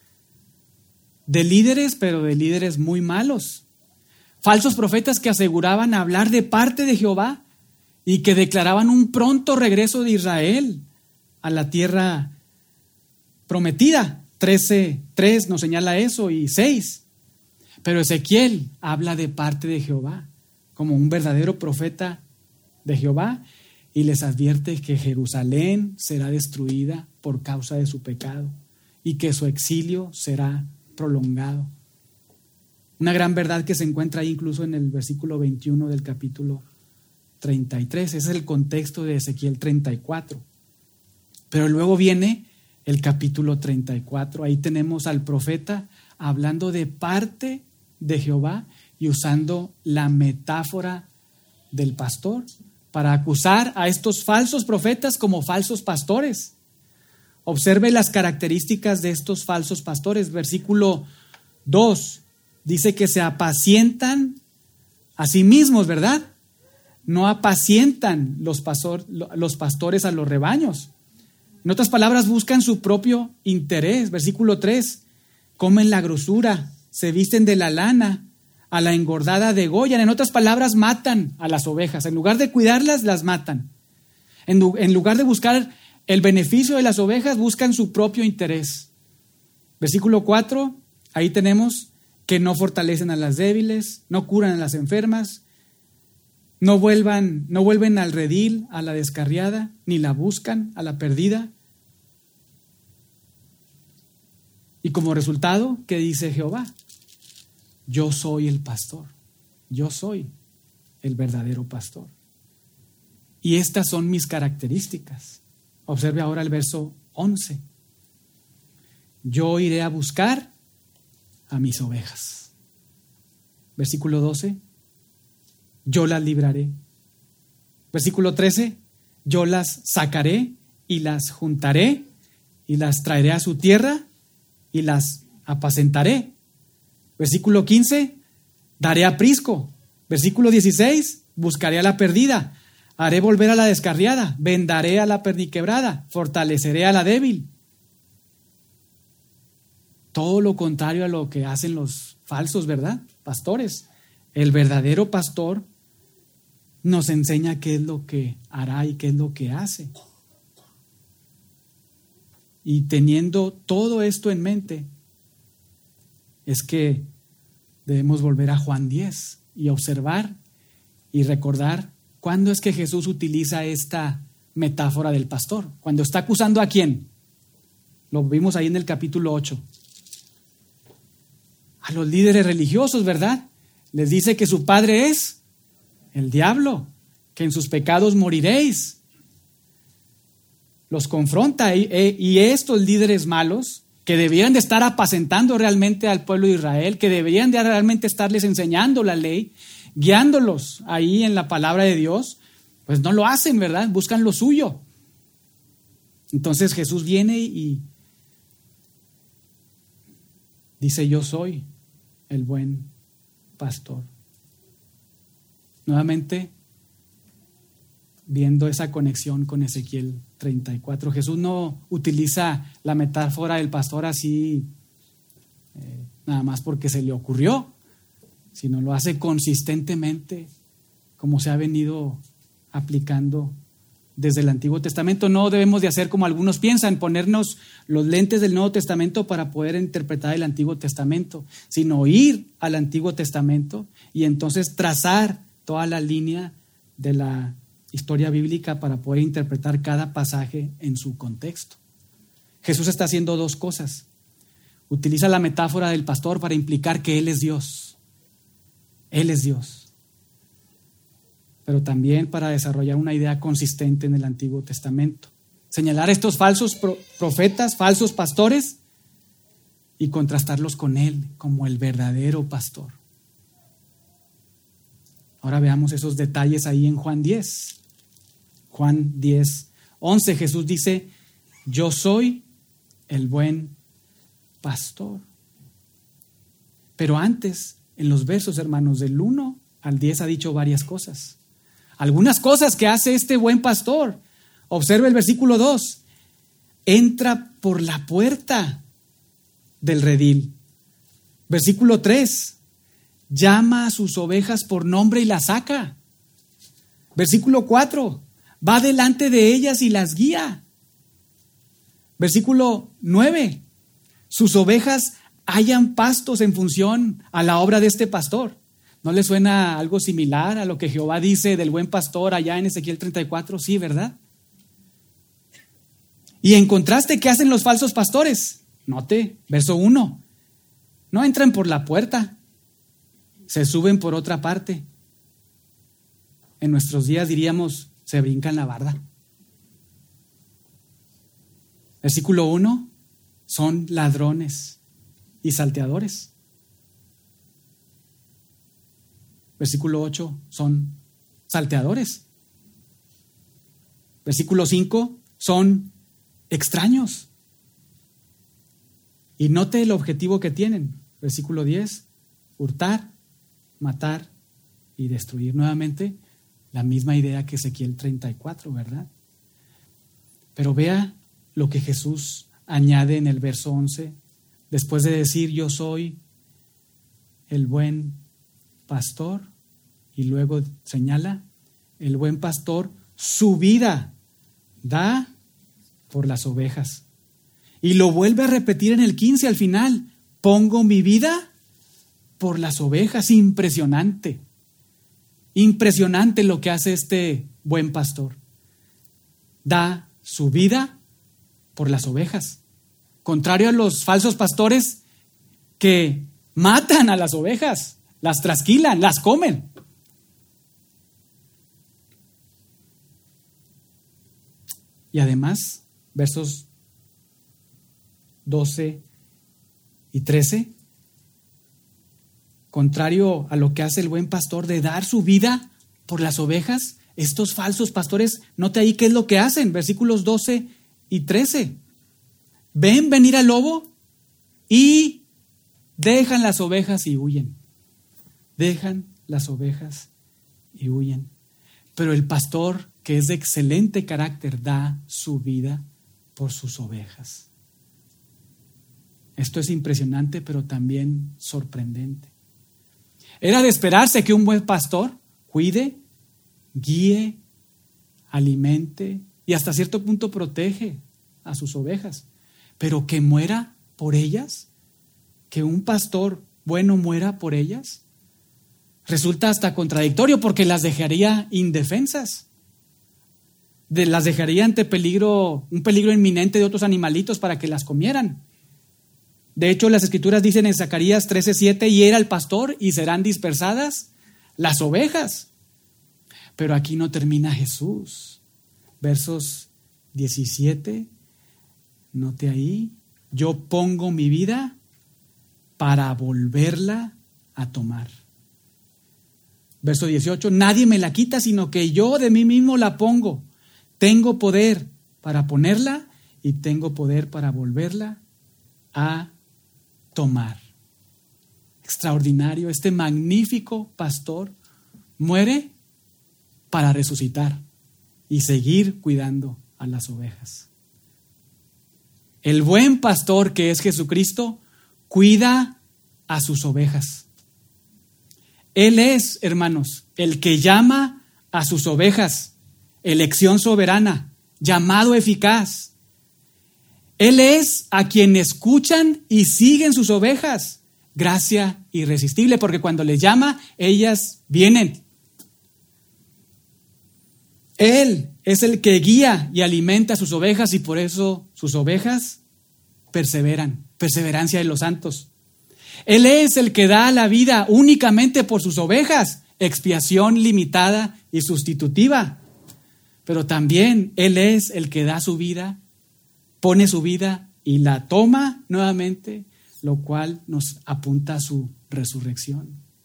de líderes, pero de líderes muy malos. Falsos profetas que aseguraban hablar de parte de Jehová y que declaraban un pronto regreso de Israel a la tierra prometida. trece, tres nos señala eso, y seis. Pero Ezequiel habla de parte de Jehová, como un verdadero profeta de Jehová, y les advierte que Jerusalén será destruida por causa de su pecado y que su exilio será prolongado. Una gran verdad que se encuentra ahí incluso en el versículo veintiuno del capítulo treinta y tres. Ese es el contexto de Ezequiel treinta y cuatro. Pero luego viene el capítulo treinta y cuatro. Ahí tenemos al profeta hablando de parte de Jehová y usando la metáfora del pastor para acusar a estos falsos profetas como falsos pastores. Observe las características de estos falsos pastores. Versículo dos dice que se apacientan a sí mismos, ¿verdad? No apacientan los, pastor, los pastores a los rebaños. En otras palabras, buscan su propio interés. Versículo tres, comen la grosura, se visten de la lana, a la engordada degollan. En otras palabras, matan a las ovejas. En lugar de cuidarlas, las matan. En, en lugar de buscar el beneficio de las ovejas, buscan su propio interés. Versículo cuatro, ahí tenemos que no fortalecen a las débiles, no curan a las enfermas, no, vuelvan, no vuelven al redil a la descarriada, ni la buscan a la perdida. Y como resultado, ¿qué dice Jehová? Yo soy el pastor, yo soy el verdadero pastor. Y estas son mis características. Observe ahora el verso once. Yo iré a buscar a mis ovejas. Versículo doce. Yo las libraré. Versículo trece. Yo las sacaré y las juntaré y las traeré a su tierra y las apacentaré. Versículo quince, daré aprisco. Versículo dieciséis, buscaré a la perdida, haré volver a la descarriada, vendaré a la perniquebrada, fortaleceré a la débil. Todo lo contrario a lo que hacen los falsos, ¿verdad? Pastores. El verdadero pastor nos enseña qué es lo que hará y qué es lo que hace. Y teniendo todo esto en mente, es que debemos volver a Juan diez y observar y recordar cuándo es que Jesús utiliza esta metáfora del pastor. Cuando está acusando ¿a quién? Lo vimos ahí en el capítulo ocho. A los líderes religiosos, ¿verdad? Les dice que su padre es el diablo, que en sus pecados moriréis. Los confronta y, y estos líderes malos, que debían de estar apacentando realmente al pueblo de Israel, que deberían de realmente estarles enseñando la ley, guiándolos ahí en la palabra de Dios, pues no lo hacen, ¿verdad? Buscan lo suyo. Entonces Jesús viene y dice: yo soy el buen pastor. Nuevamente, viendo esa conexión con Ezequiel treinta y cuatro, Jesús no utiliza la metáfora del pastor así eh, nada más porque se le ocurrió, sino lo hace consistentemente, como se ha venido aplicando desde el Antiguo Testamento. No debemos de hacer como algunos piensan, ponernos los lentes del Nuevo Testamento para poder interpretar el Antiguo Testamento, sino ir al Antiguo Testamento y entonces trazar toda la línea de la historia bíblica para poder interpretar cada pasaje en su contexto. Jesús está haciendo dos cosas. Utiliza la metáfora del pastor para implicar que Él es Dios. Él es Dios. pero también para desarrollar una idea consistente en el Antiguo Testamento. Señalar a estos falsos pro- profetas, falsos pastores, y contrastarlos con Él como el verdadero pastor. Ahora veamos esos detalles ahí en Juan diez. Juan diez, once, Jesús dice: yo soy el buen pastor. Pero antes, en los versos, hermanos, del uno al diez ha dicho varias cosas. Algunas cosas que hace este buen pastor. Observe el versículo dos. Entra por la puerta del redil. Versículo tres. Llama a sus ovejas por nombre y las saca. Versículo cuatro. Va delante de ellas y las guía. Versículo nueve. Sus ovejas hallan pastos en función a la obra de este pastor. ¿No le suena algo similar a lo que Jehová dice del buen pastor allá en Ezequiel treinta y cuatro? Sí, ¿verdad? Y en contraste, ¿qué hacen los falsos pastores? Note, verso uno. No entran por la puerta, se suben por otra parte. En nuestros días diríamos, se brincan la barda. Versículo uno, son ladrones y salteadores. Versículo ocho, son salteadores. Versículo cinco, son extraños. Y note el objetivo que tienen. Versículo diez, hurtar, matar y destruir. Nuevamente, la misma idea que Ezequiel treinta y cuatro, ¿verdad? Pero vea lo que Jesús añade en el verso once, después de decir: yo soy el buen pastor, y luego señala: el buen pastor su vida da por las ovejas. Y lo vuelve a repetir en el quince al final: pongo mi vida por las ovejas. Impresionante, impresionante lo que hace este buen pastor. Da su vida por las ovejas. Contrario a los falsos pastores que matan a las ovejas, las trasquilan, las comen. Y además, versos doce y trece, contrario a lo que hace el buen pastor de dar su vida por las ovejas, estos falsos pastores, note ahí qué es lo que hacen, versículos doce y trece. Ven venir al lobo y dejan las ovejas y huyen. Dejan las ovejas y huyen. Pero el pastor, que es de excelente carácter, da su vida por sus ovejas. Esto es impresionante, pero también sorprendente. Era de esperarse que un buen pastor cuide, guíe, alimente y hasta cierto punto protege a sus ovejas. Pero que muera por ellas, que un pastor bueno muera por ellas, resulta hasta contradictorio, porque las dejaría indefensas. De, las dejaría ante peligro, un peligro inminente de otros animalitos para que las comieran. De hecho, las Escrituras dicen en Zacarías trece siete: y era el pastor y serán dispersadas las ovejas. Pero aquí no termina Jesús. Versos diecisiete, note ahí: yo pongo mi vida para volverla a tomar. Verso dieciocho: nadie me la quita, sino que yo de mí mismo la pongo. Tengo poder para ponerla y tengo poder para volverla a tomar. Extraordinario. Este magnífico pastor muere para resucitar y seguir cuidando a las ovejas. El buen pastor, que es Jesucristo, cuida a sus ovejas. Él es, hermanos, el que llama a sus ovejas. Elección soberana, llamado eficaz. Él es a quien escuchan y siguen sus ovejas. Gracia irresistible, porque cuando les llama, ellas vienen. Él es el que guía y alimenta a sus ovejas, y por eso sus ovejas perseveran. Perseverancia de los santos. Él es el que da la vida únicamente por sus ovejas. Expiación limitada y sustitutiva, pero también Él es el que da su vida, pone su vida y la toma nuevamente, lo cual nos apunta a su resurrección.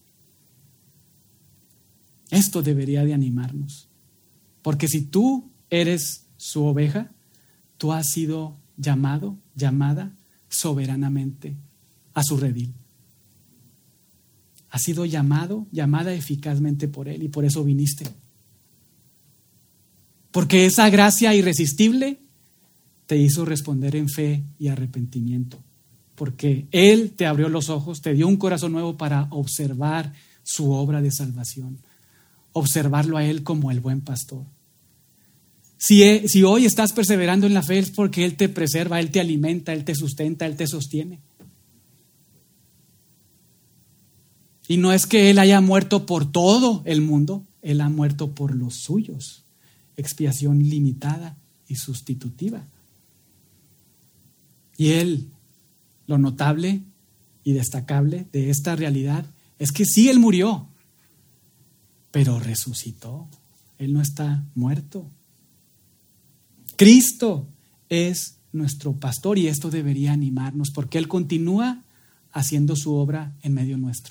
Esto debería de animarnos, porque si tú eres su oveja, tú has sido llamado, llamada soberanamente a su redil. Has sido llamado, llamada eficazmente por Él, y por eso viniste. Porque esa gracia irresistible te hizo responder en fe y arrepentimiento. Porque Él te abrió los ojos, te dio un corazón nuevo para observar su obra de salvación. Observarlo a Él como el buen pastor. Si, si hoy estás perseverando en la fe es porque Él te preserva, Él te alimenta, Él te sustenta, Él te sostiene. Y no es que Él haya muerto por todo el mundo, Él ha muerto por los suyos. Expiación limitada y sustitutiva. Y Él, lo notable y destacable de esta realidad es que sí, Él murió, pero resucitó. Él no está muerto. Cristo es nuestro pastor y esto debería animarnos porque Él continúa haciendo su obra en medio nuestro.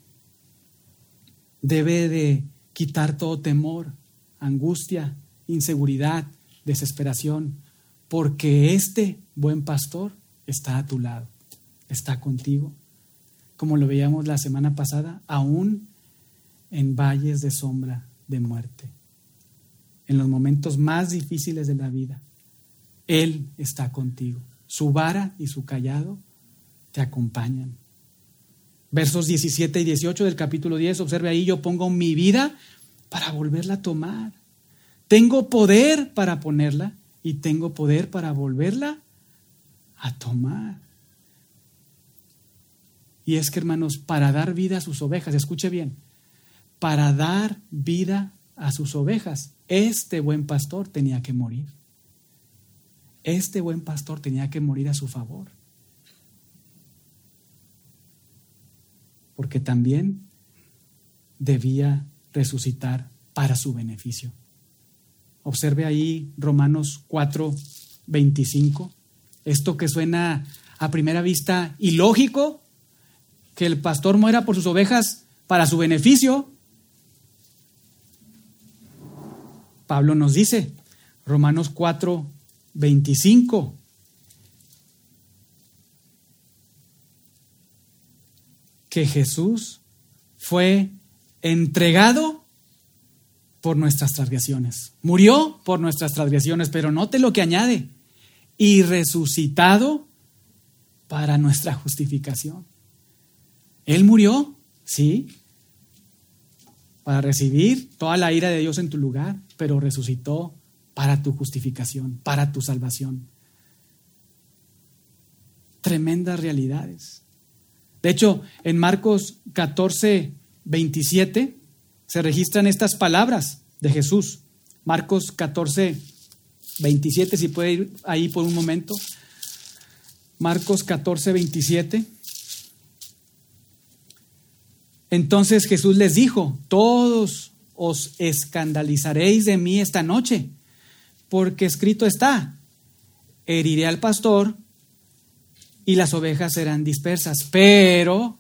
Debe de quitar todo temor, angustia, inseguridad, desesperación, porque este buen pastor está a tu lado, está contigo. Como lo veíamos la semana pasada, aún en valles de sombra de muerte. En los momentos más difíciles de la vida, Él está contigo. Su vara y su cayado te acompañan. Versos diecisiete y dieciocho del capítulo diez, observe ahí, yo pongo mi vida para volverla a tomar. Tengo poder para ponerla y tengo poder para volverla a tomar. Y es que, hermanos, para dar vida a sus ovejas, escuche bien, para dar vida a sus ovejas, este buen pastor tenía que morir. Este buen pastor tenía que morir a su favor. Porque también debía resucitar para su beneficio. Observe ahí Romanos cuatro veinticinco. Esto que suena a primera vista ilógico, que el pastor muera por sus ovejas para su beneficio. Pablo nos dice, Romanos cuatro veinticinco. Que Jesús fue entregado por nuestras transgresiones. Murió por nuestras transgresiones, pero note lo que añade. Y resucitado para nuestra justificación. Él murió, sí, para recibir toda la ira de Dios en tu lugar, pero resucitó para tu justificación, para tu salvación. Tremendas realidades. De hecho, en Marcos catorce veintisiete se registran estas palabras de Jesús. Marcos catorce veintisiete, si puede ir ahí por un momento. Marcos catorce veintisiete. Entonces Jesús les dijo, todos os escandalizaréis de mí esta noche, porque escrito está, heriré al pastor y las ovejas serán dispersas, pero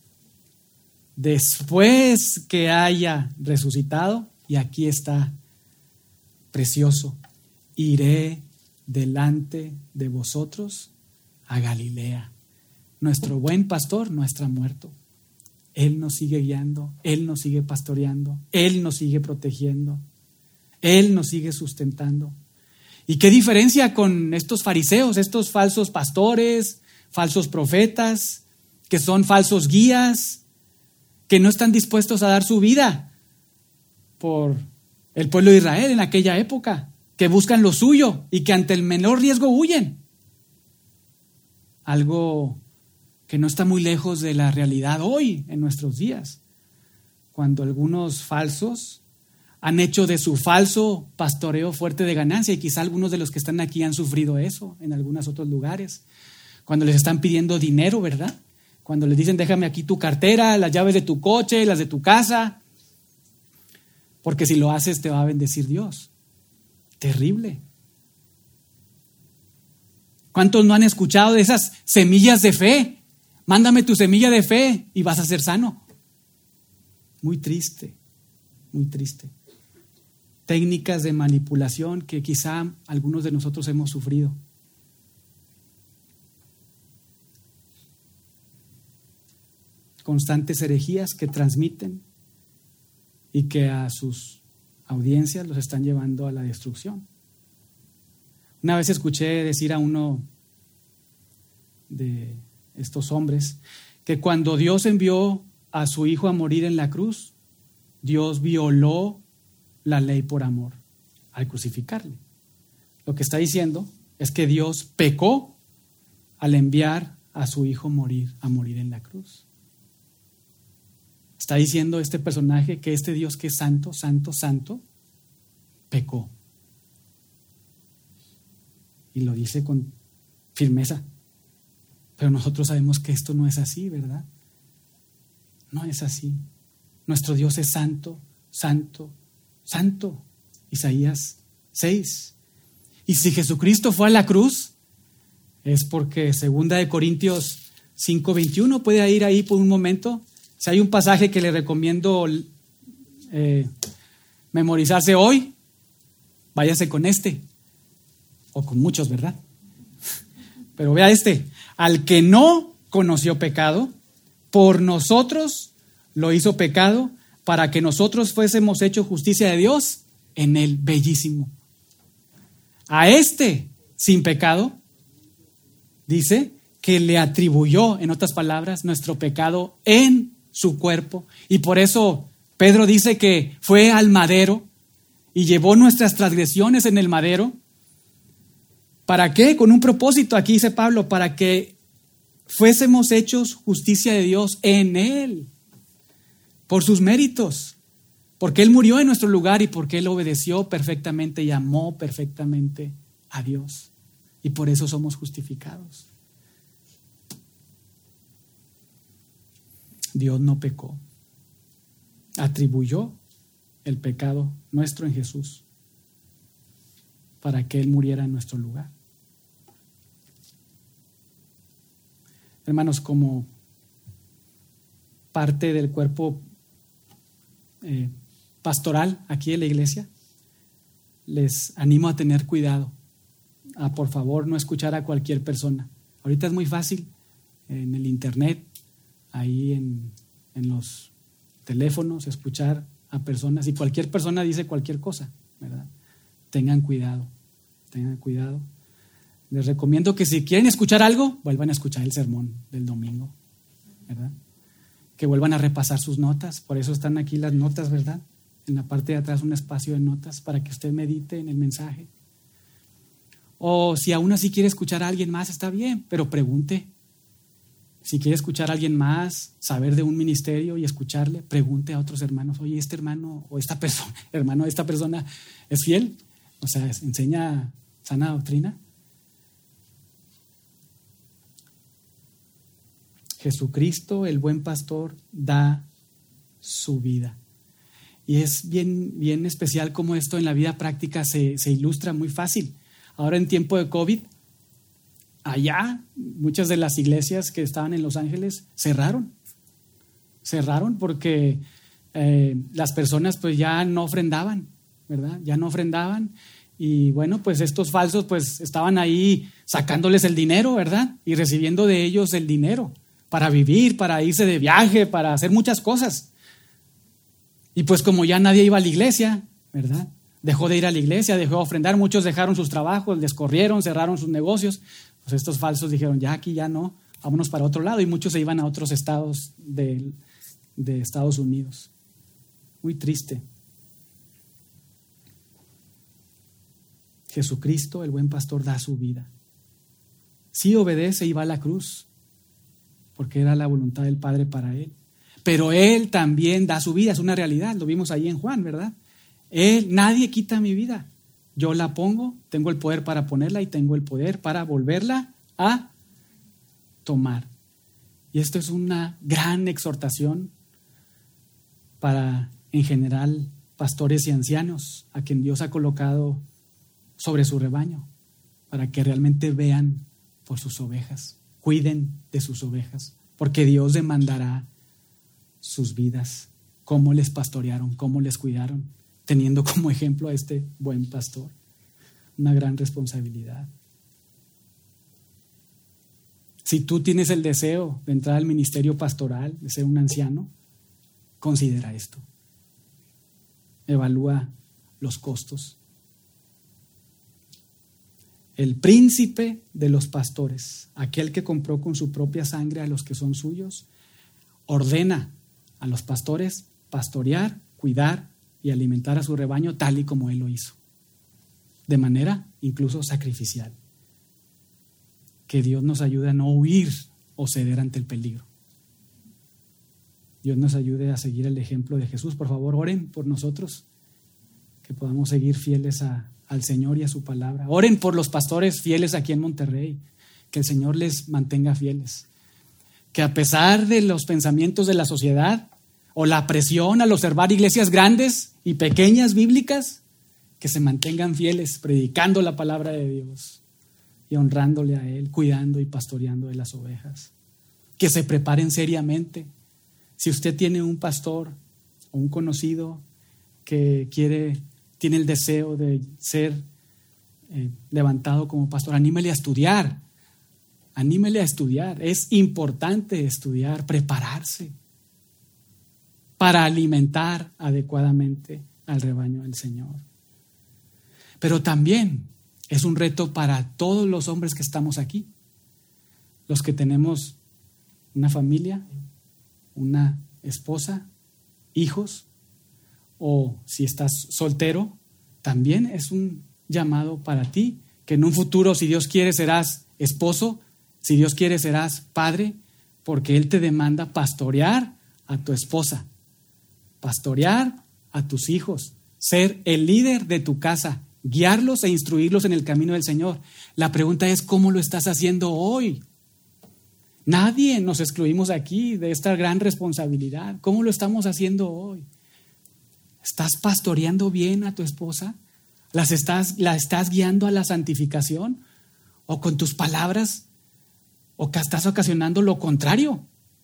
después que haya resucitado, y aquí está precioso, iré delante de vosotros a Galilea. Nuestro buen pastor no está muerto. Él nos sigue guiando, Él nos sigue pastoreando, Él nos sigue protegiendo, Él nos sigue sustentando. ¿Y qué diferencia con estos fariseos, estos falsos pastores, falsos profetas, que son falsos guías, que no están dispuestos a dar su vida por el pueblo de Israel en aquella época, que buscan lo suyo y que ante el menor riesgo huyen? Algo que no está muy lejos de la realidad hoy en nuestros días, cuando algunos falsos han hecho de su falso pastoreo fuerte de ganancia, y quizá algunos de los que están aquí han sufrido eso en algunos otros lugares, cuando les están pidiendo dinero, ¿verdad? Cuando les dicen déjame aquí tu cartera, las llaves de tu coche, las de tu casa, porque si lo haces te va a bendecir Dios. Terrible. ¿Cuántos no han escuchado de esas semillas de fe? Mándame tu semilla de fe y vas a ser sano. Muy triste, muy triste. Técnicas de manipulación que quizá algunos de nosotros hemos sufrido. Constantes herejías que transmiten y que a sus audiencias los están llevando a la destrucción. Una vez escuché decir a uno de estos hombres que cuando Dios envió a su hijo a morir en la cruz, Dios violó la ley por amor al crucificarle. Lo que está diciendo es que Dios pecó al enviar a su hijo morir, a morir en la cruz. Está diciendo este personaje que este Dios que es santo, santo, santo, pecó. Y lo dice con firmeza. Pero nosotros sabemos que esto no es así, ¿verdad? No es así. Nuestro Dios es santo, santo, santo. Isaías seis. Y si Jesucristo fue a la cruz, es porque segunda de Corintios cinco veintiuno, puede ir ahí por un momento. Si hay un pasaje que le recomiendo eh, memorizarse hoy, váyase con este. O con muchos, ¿verdad? Pero vea este. Al que no conoció pecado, por nosotros lo hizo pecado, para que nosotros fuésemos hechos justicia de Dios en él. Bellísimo. A este sin pecado, dice que le atribuyó, en otras palabras, nuestro pecado en su cuerpo. Y por eso Pedro dice que fue al madero y llevó nuestras transgresiones en el madero. ¿Para qué? Con un propósito, aquí dice Pablo, para que fuésemos hechos justicia de Dios en él, por sus méritos, porque él murió en nuestro lugar y porque él obedeció perfectamente y amó perfectamente a Dios. Y por eso somos justificados. Dios no pecó, atribuyó el pecado nuestro en Jesús para que él muriera en nuestro lugar. Hermanos, como parte del cuerpo eh, pastoral aquí en la iglesia, les animo a tener cuidado, a por favor no escuchar a cualquier persona. Ahorita es muy fácil en el internet, ahí en, en los teléfonos, escuchar a personas y cualquier persona dice cualquier cosa, ¿verdad? Tengan cuidado, tengan cuidado. Les recomiendo que si quieren escuchar algo, vuelvan a escuchar el sermón del domingo, ¿verdad? Que vuelvan a repasar sus notas, por eso están aquí las notas, ¿verdad? En la parte de atrás un espacio de notas para que usted medite en el mensaje. O si aún así quiere escuchar a alguien más, está bien, pero pregunte. Si quiere escuchar a alguien más, saber de un ministerio y escucharle, pregunte a otros hermanos, oye, este hermano o esta persona, hermano, esta persona es fiel, o sea, enseña sana doctrina. Jesucristo, el buen pastor, da su vida. Y es bien, bien especial cómo esto en la vida práctica se, se ilustra muy fácil. Ahora en tiempo de COVID, allá muchas de las iglesias que estaban en Los Ángeles cerraron. Cerraron porque eh, las personas pues ya no ofrendaban, ¿verdad? Ya no ofrendaban. Y bueno, pues estos falsos pues estaban ahí sacándoles el dinero, ¿verdad? Y recibiendo de ellos el dinero para vivir, para irse de viaje, para hacer muchas cosas. Y pues como ya nadie iba a la iglesia, ¿verdad? Dejó de ir a la iglesia, dejó de ofrendar, muchos dejaron sus trabajos, les corrieron, cerraron sus negocios. Pues estos falsos dijeron, ya aquí ya no, vámonos para otro lado. Y muchos se iban a otros estados de, de Estados Unidos. Muy triste. Jesucristo, el buen pastor, da su vida. Sí obedece y va a la cruz, porque era la voluntad del Padre para él. Pero él también da su vida, es una realidad, lo vimos ahí en Juan, ¿verdad? Él, nadie quita mi vida. Yo la pongo, tengo el poder para ponerla y tengo el poder para volverla a tomar. Y esto es una gran exhortación para, en general, pastores y ancianos a quien Dios ha colocado sobre su rebaño, para que realmente vean por sus ovejas, cuiden de sus ovejas, porque Dios demandará sus vidas, cómo les pastorearon, cómo les cuidaron, teniendo como ejemplo a este buen pastor. Una gran responsabilidad. Si tú tienes el deseo de entrar al ministerio pastoral, de ser un anciano, considera esto. Evalúa los costos. El príncipe de los pastores, aquel que compró con su propia sangre a los que son suyos, ordena a los pastores pastorear, cuidar y alimentar a su rebaño tal y como él lo hizo, de manera incluso sacrificial. Que Dios nos ayude a no huir o ceder ante el peligro. Dios nos ayude a seguir el ejemplo de Jesús. Por favor, oren por nosotros, que podamos seguir fieles a, al Señor y a su palabra. Oren por los pastores fieles aquí en Monterrey, que el Señor les mantenga fieles. Que a pesar de los pensamientos de la sociedad o la presión al observar iglesias grandes y pequeñas bíblicas, que se mantengan fieles predicando la palabra de Dios y honrándole a Él, cuidando y pastoreando de las ovejas. Que se preparen seriamente. Si usted tiene un pastor o un conocido que quiere, tiene el deseo de ser eh, levantado como pastor, anímele a estudiar. Anímele a estudiar. Es importante estudiar, prepararse para alimentar adecuadamente al rebaño del Señor. Pero también es un reto para todos los hombres que estamos aquí, los que tenemos una familia, una esposa, hijos, o si estás soltero, también es un llamado para ti, que en un futuro, si Dios quiere, serás esposo, si Dios quiere, serás padre, porque Él te demanda pastorear a tu esposa, pastorear a tus hijos, ser el líder de tu casa, guiarlos e instruirlos en el camino del Señor. La pregunta es, ¿cómo lo estás haciendo hoy? Nadie nos excluimos aquí de esta gran responsabilidad. ¿Cómo lo estamos haciendo hoy? ¿Estás pastoreando bien a tu esposa? ¿Las estás, ¿La estás guiando a la santificación? ¿O con tus palabras? ¿O que estás ocasionando lo contrario?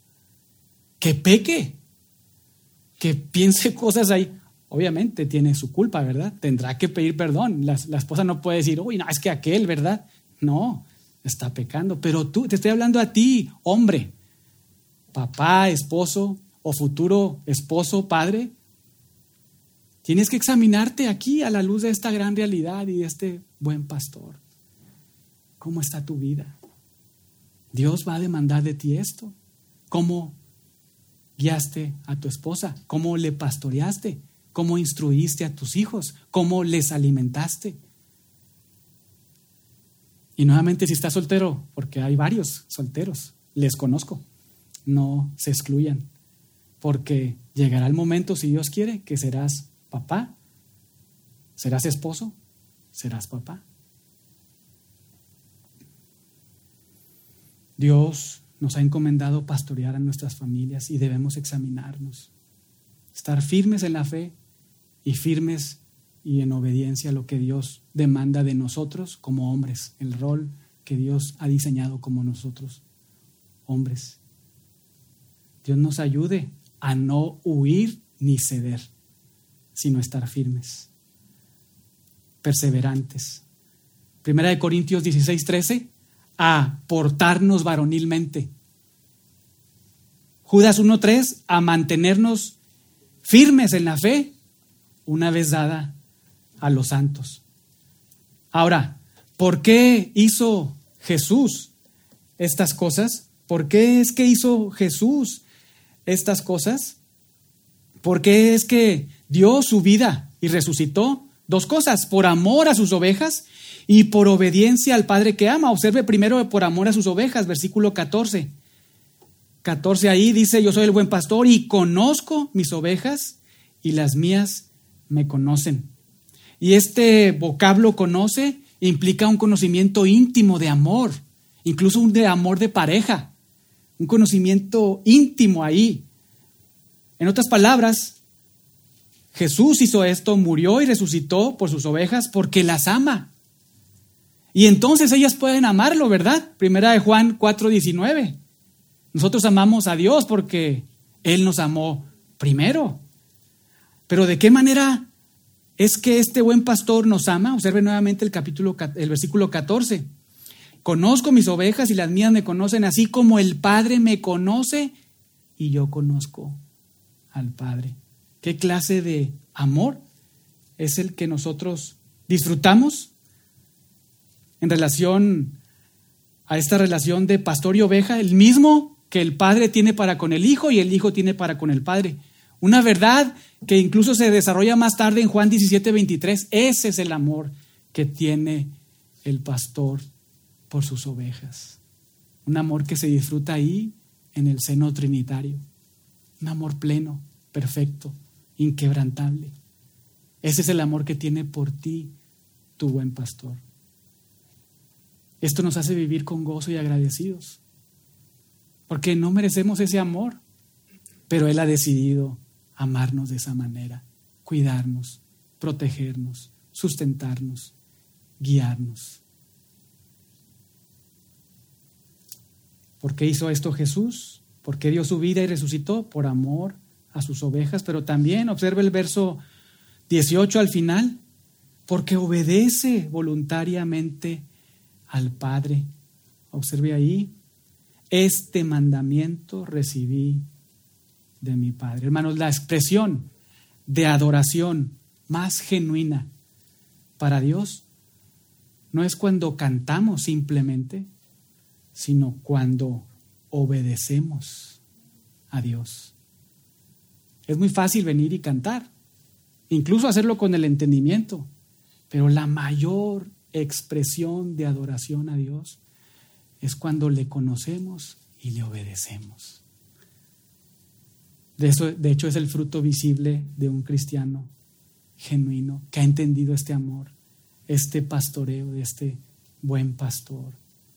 Que peque, que piense cosas ahí. Obviamente tiene su culpa, ¿verdad? Tendrá que pedir perdón. La, la esposa no puede decir, uy, no, es que aquel, ¿verdad? No, está pecando. Pero tú, te estoy hablando a ti, hombre, papá, esposo o futuro esposo, padre. Tienes que examinarte aquí a la luz de esta gran realidad y de este buen pastor. ¿Cómo está tu vida? Dios va a demandar de ti esto. ¿Cómo guiaste a tu esposa? ¿Cómo le pastoreaste? ¿Cómo instruiste a tus hijos? ¿Cómo les alimentaste? Y nuevamente, si estás soltero, porque hay varios solteros, les conozco, no se excluyan, porque llegará el momento, si Dios quiere, que serás papá, serás esposo, serás papá. Dios nos ha encomendado pastorear a nuestras familias y debemos examinarnos, estar firmes en la fe y firmes y en obediencia a lo que Dios demanda de nosotros como hombres, el rol que Dios ha diseñado como nosotros, hombres. Dios nos ayude a no huir ni ceder, sino estar firmes, perseverantes. Primera de Corintios dieciséis, trece, a portarnos varonilmente. Judas uno, tres, a mantenernos firmes en la fe, una vez dada a los santos. Ahora, ¿por qué hizo Jesús estas cosas? ¿Por qué es que hizo Jesús estas cosas? ¿Por qué es que dio su vida y resucitó? Dos cosas, por amor a sus ovejas y por obediencia al Padre que ama. Observe primero por amor a sus ovejas, versículo catorce. catorce ahí dice, yo soy el buen pastor y conozco mis ovejas y las mías me conocen. Y este vocablo conoce implica un conocimiento íntimo de amor, incluso un de amor de pareja, un conocimiento íntimo ahí. En otras palabras, Jesús hizo esto, murió y resucitó por sus ovejas porque las ama. Y entonces ellas pueden amarlo, ¿verdad? Primera de Juan cuatro diecinueve. Nosotros amamos a Dios porque Él nos amó primero. Pero ¿de qué manera es que este buen pastor nos ama? Observe nuevamente el capítulo, el versículo catorce. Conozco mis ovejas y las mías me conocen, así como el Padre me conoce y yo conozco al Padre. ¿Qué clase de amor es el que nosotros disfrutamos en relación a esta relación de pastor y oveja? El mismo que el Padre tiene para con el Hijo y el Hijo tiene para con el Padre. Una verdad que incluso se desarrolla más tarde en Juan diecisiete veintitrés. Ese es el amor que tiene el pastor por sus ovejas. Un amor que se disfruta ahí en el seno trinitario. Un amor pleno, perfecto, inquebrantable. Ese es el amor que tiene por ti tu buen pastor. Esto nos hace vivir con gozo y agradecidos, porque no merecemos ese amor, pero Él ha decidido amarnos de esa manera, cuidarnos, protegernos, sustentarnos, guiarnos. ¿Por qué hizo esto Jesús? ¿Por qué dio su vida y resucitó? Por amor a sus ovejas, pero también, observe el verso dieciocho al final, porque obedece voluntariamente al Padre. Observe ahí, este mandamiento recibí de mi Padre. Hermanos, la expresión de adoración más genuina para Dios no es cuando cantamos simplemente, sino cuando obedecemos a Dios. Es muy fácil venir y cantar, incluso hacerlo con el entendimiento, pero la mayor expresión de adoración a Dios es cuando le conocemos y le obedecemos. De eso, de hecho, es el fruto visible de un cristiano genuino que ha entendido este amor, este pastoreo de este buen pastor.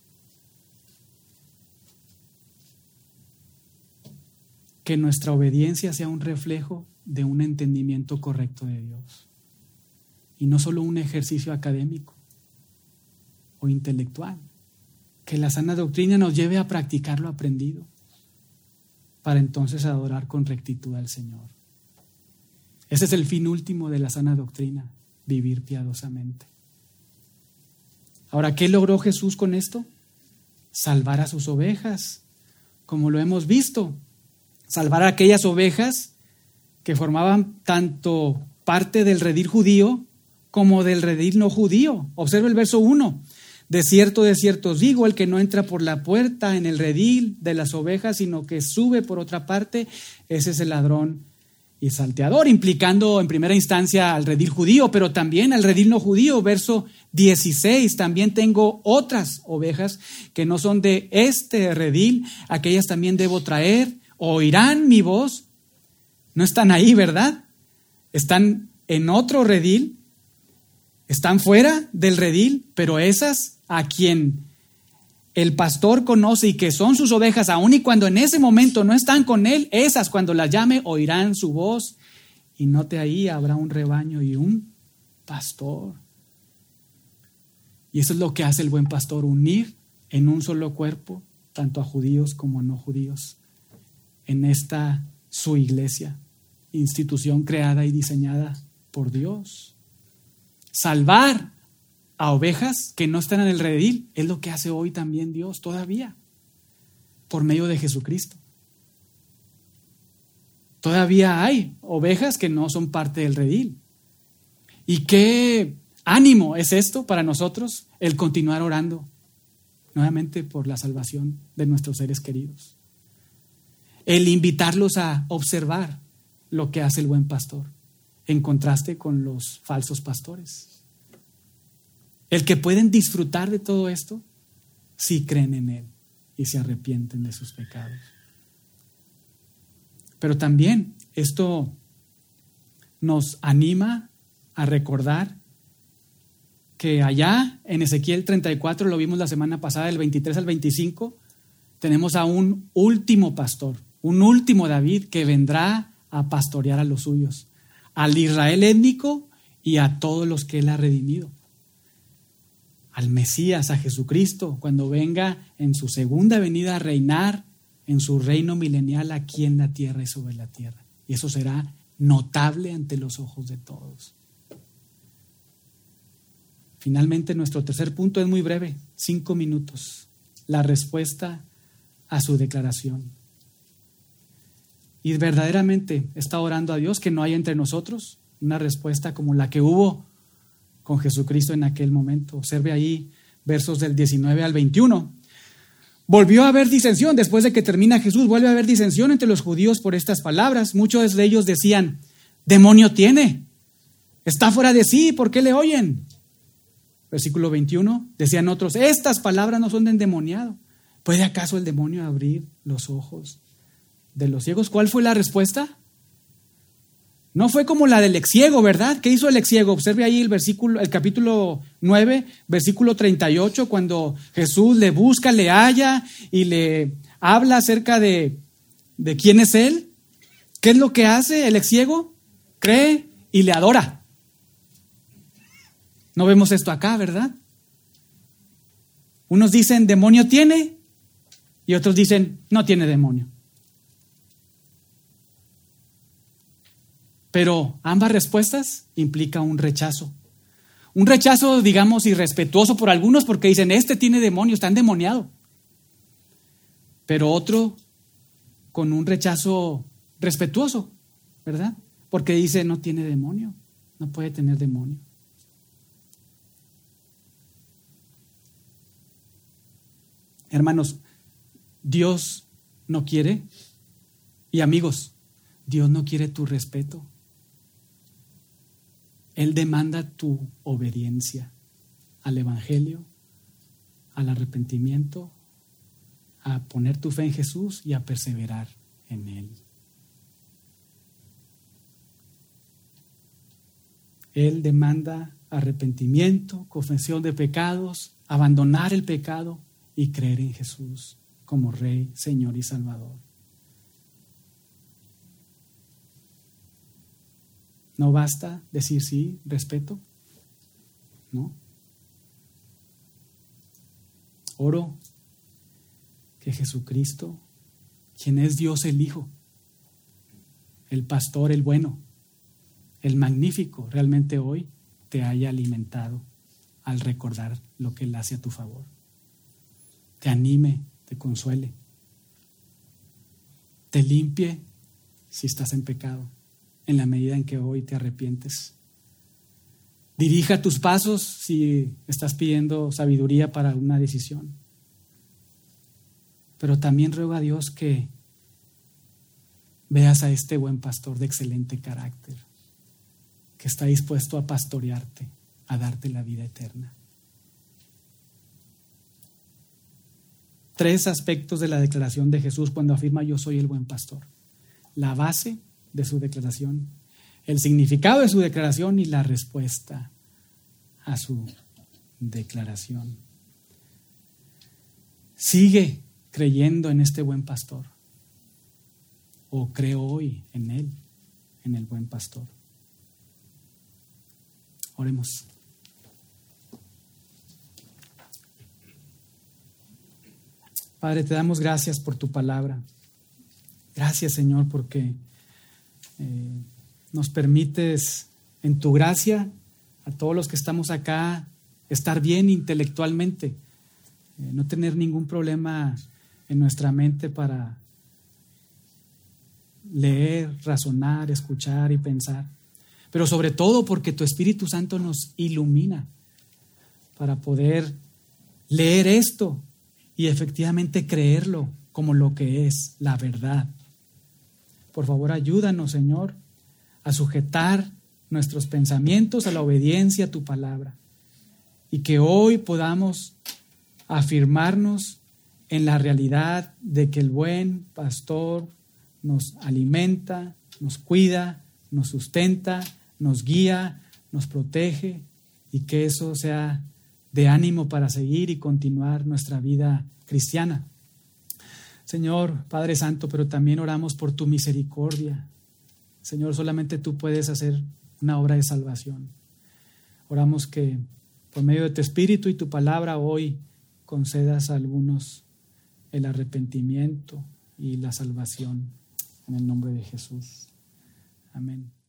Que nuestra obediencia sea un reflejo de un entendimiento correcto de Dios y no solo un ejercicio académico o intelectual. Que la sana doctrina nos lleve a practicar lo aprendido para entonces adorar con rectitud al Señor. Ese es el fin último de la sana doctrina, vivir piadosamente. Ahora, ¿qué logró Jesús con esto? Salvar a sus ovejas, como lo hemos visto. Salvar a aquellas ovejas que formaban tanto parte del redil judío como del redil no judío. Observe el verso uno. De cierto, de cierto os digo, el que no entra por la puerta en el redil de las ovejas, sino que sube por otra parte, ese es el ladrón y salteador, implicando en primera instancia al redil judío, pero también al redil no judío. Verso dieciséis, también tengo otras ovejas que no son de este redil, aquellas también debo traer, oirán mi voz. No están ahí, ¿verdad? Están en otro redil, están fuera del redil, pero esas a quien el pastor conoce y que son sus ovejas, aun y cuando en ese momento no están con él, esas cuando las llame oirán su voz. Y note ahí, habrá un rebaño y un pastor. Y eso es lo que hace el buen pastor, unir en un solo cuerpo tanto a judíos como a no judíos en esta su iglesia, institución creada y diseñada por Dios. Salvar a ovejas que no están en el redil es lo que hace hoy también Dios todavía, por medio de Jesucristo. Todavía hay ovejas que no son parte del redil. ¿Y qué ánimo es esto para nosotros? El continuar orando nuevamente por la salvación de nuestros seres queridos. El invitarlos a observar lo que hace el buen pastor, en contraste con los falsos pastores. El que pueden disfrutar de todo esto si creen en Él y se arrepienten de sus pecados. Pero también esto nos anima a recordar que allá en Ezequiel treinta y cuatro, lo vimos la semana pasada, del veintitrés al veinticinco, tenemos a un último pastor, un último David que vendrá a pastorear a los suyos, al Israel étnico y a todos los que Él ha redimido. Al Mesías, a Jesucristo, cuando venga en su segunda venida a reinar en su reino milenial aquí en la tierra y sobre la tierra. Y eso será notable ante los ojos de todos. Finalmente, nuestro tercer punto es muy breve, cinco minutos. La respuesta a su declaración. Y verdaderamente está orando a Dios que no haya entre nosotros una respuesta como la que hubo con Jesucristo en aquel momento. Observe ahí versos del diecinueve al veintiuno. Volvió a haber disensión, después de que termina Jesús, vuelve a haber disensión entre los judíos por estas palabras. Muchos de ellos decían, demonio tiene, está fuera de sí, ¿por qué le oyen? Versículo veintiuno, decían otros, estas palabras no son de endemoniado. ¿Puede acaso el demonio abrir los ojos de los ciegos? ¿Cuál fue la respuesta? No fue como la del exciego, ¿verdad? ¿Qué hizo el exciego? Observe ahí el versículo, el capítulo nueve, versículo treinta y ocho, cuando Jesús le busca, le halla y le habla acerca de, de quién es Él. ¿Qué es lo que hace el exciego? Cree y le adora. No vemos esto acá, ¿verdad? Unos dicen demonio tiene y otros dicen no tiene demonio. Pero ambas respuestas implican un rechazo. Un rechazo, digamos, irrespetuoso por algunos porque dicen, este tiene demonio, está endemoniado. Pero otro con un rechazo respetuoso, ¿verdad? Porque dice, no tiene demonio, no puede tener demonio. Hermanos, Dios no quiere, y amigos, Dios no quiere tu respeto. Él demanda tu obediencia al Evangelio, al arrepentimiento, a poner tu fe en Jesús y a perseverar en Él. Él demanda arrepentimiento, confesión de pecados, abandonar el pecado y creer en Jesús como Rey, Señor y Salvador. No basta decir sí, respeto, ¿no? Oro que Jesucristo, quien es Dios el Hijo, el pastor, el bueno, el magnífico, realmente hoy te haya alimentado al recordar lo que Él hace a tu favor. Te anime, te consuele, te limpie si estás en pecado, en la medida en que hoy te arrepientes. Dirija tus pasos si estás pidiendo sabiduría para una decisión. Pero también ruego a Dios que veas a este buen pastor de excelente carácter, que está dispuesto a pastorearte, a darte la vida eterna. Tres aspectos de la declaración de Jesús cuando afirma yo soy el buen pastor. La base de su declaración, el significado de su declaración y la respuesta a su declaración. Sigue creyendo en este buen pastor, o creo hoy en él, en el buen pastor. Oremos. Padre, te damos gracias por tu palabra. Gracias, Señor, porque eh, nos permites en tu gracia a todos los que estamos acá estar bien intelectualmente, eh, no tener ningún problema en nuestra mente para leer, razonar, escuchar y pensar, pero sobre todo porque tu Espíritu Santo nos ilumina para poder leer esto y efectivamente creerlo como lo que es la verdad. Por favor, ayúdanos, Señor, a sujetar nuestros pensamientos a la obediencia a tu palabra y que hoy podamos afirmarnos en la realidad de que el buen pastor nos alimenta, nos cuida, nos sustenta, nos guía, nos protege y que eso sea de ánimo para seguir y continuar nuestra vida cristiana. Señor, Padre Santo, pero también oramos por tu misericordia. Señor, solamente tú puedes hacer una obra de salvación. Oramos que por medio de tu Espíritu y tu palabra hoy concedas a algunos el arrepentimiento y la salvación en el nombre de Jesús. Amén.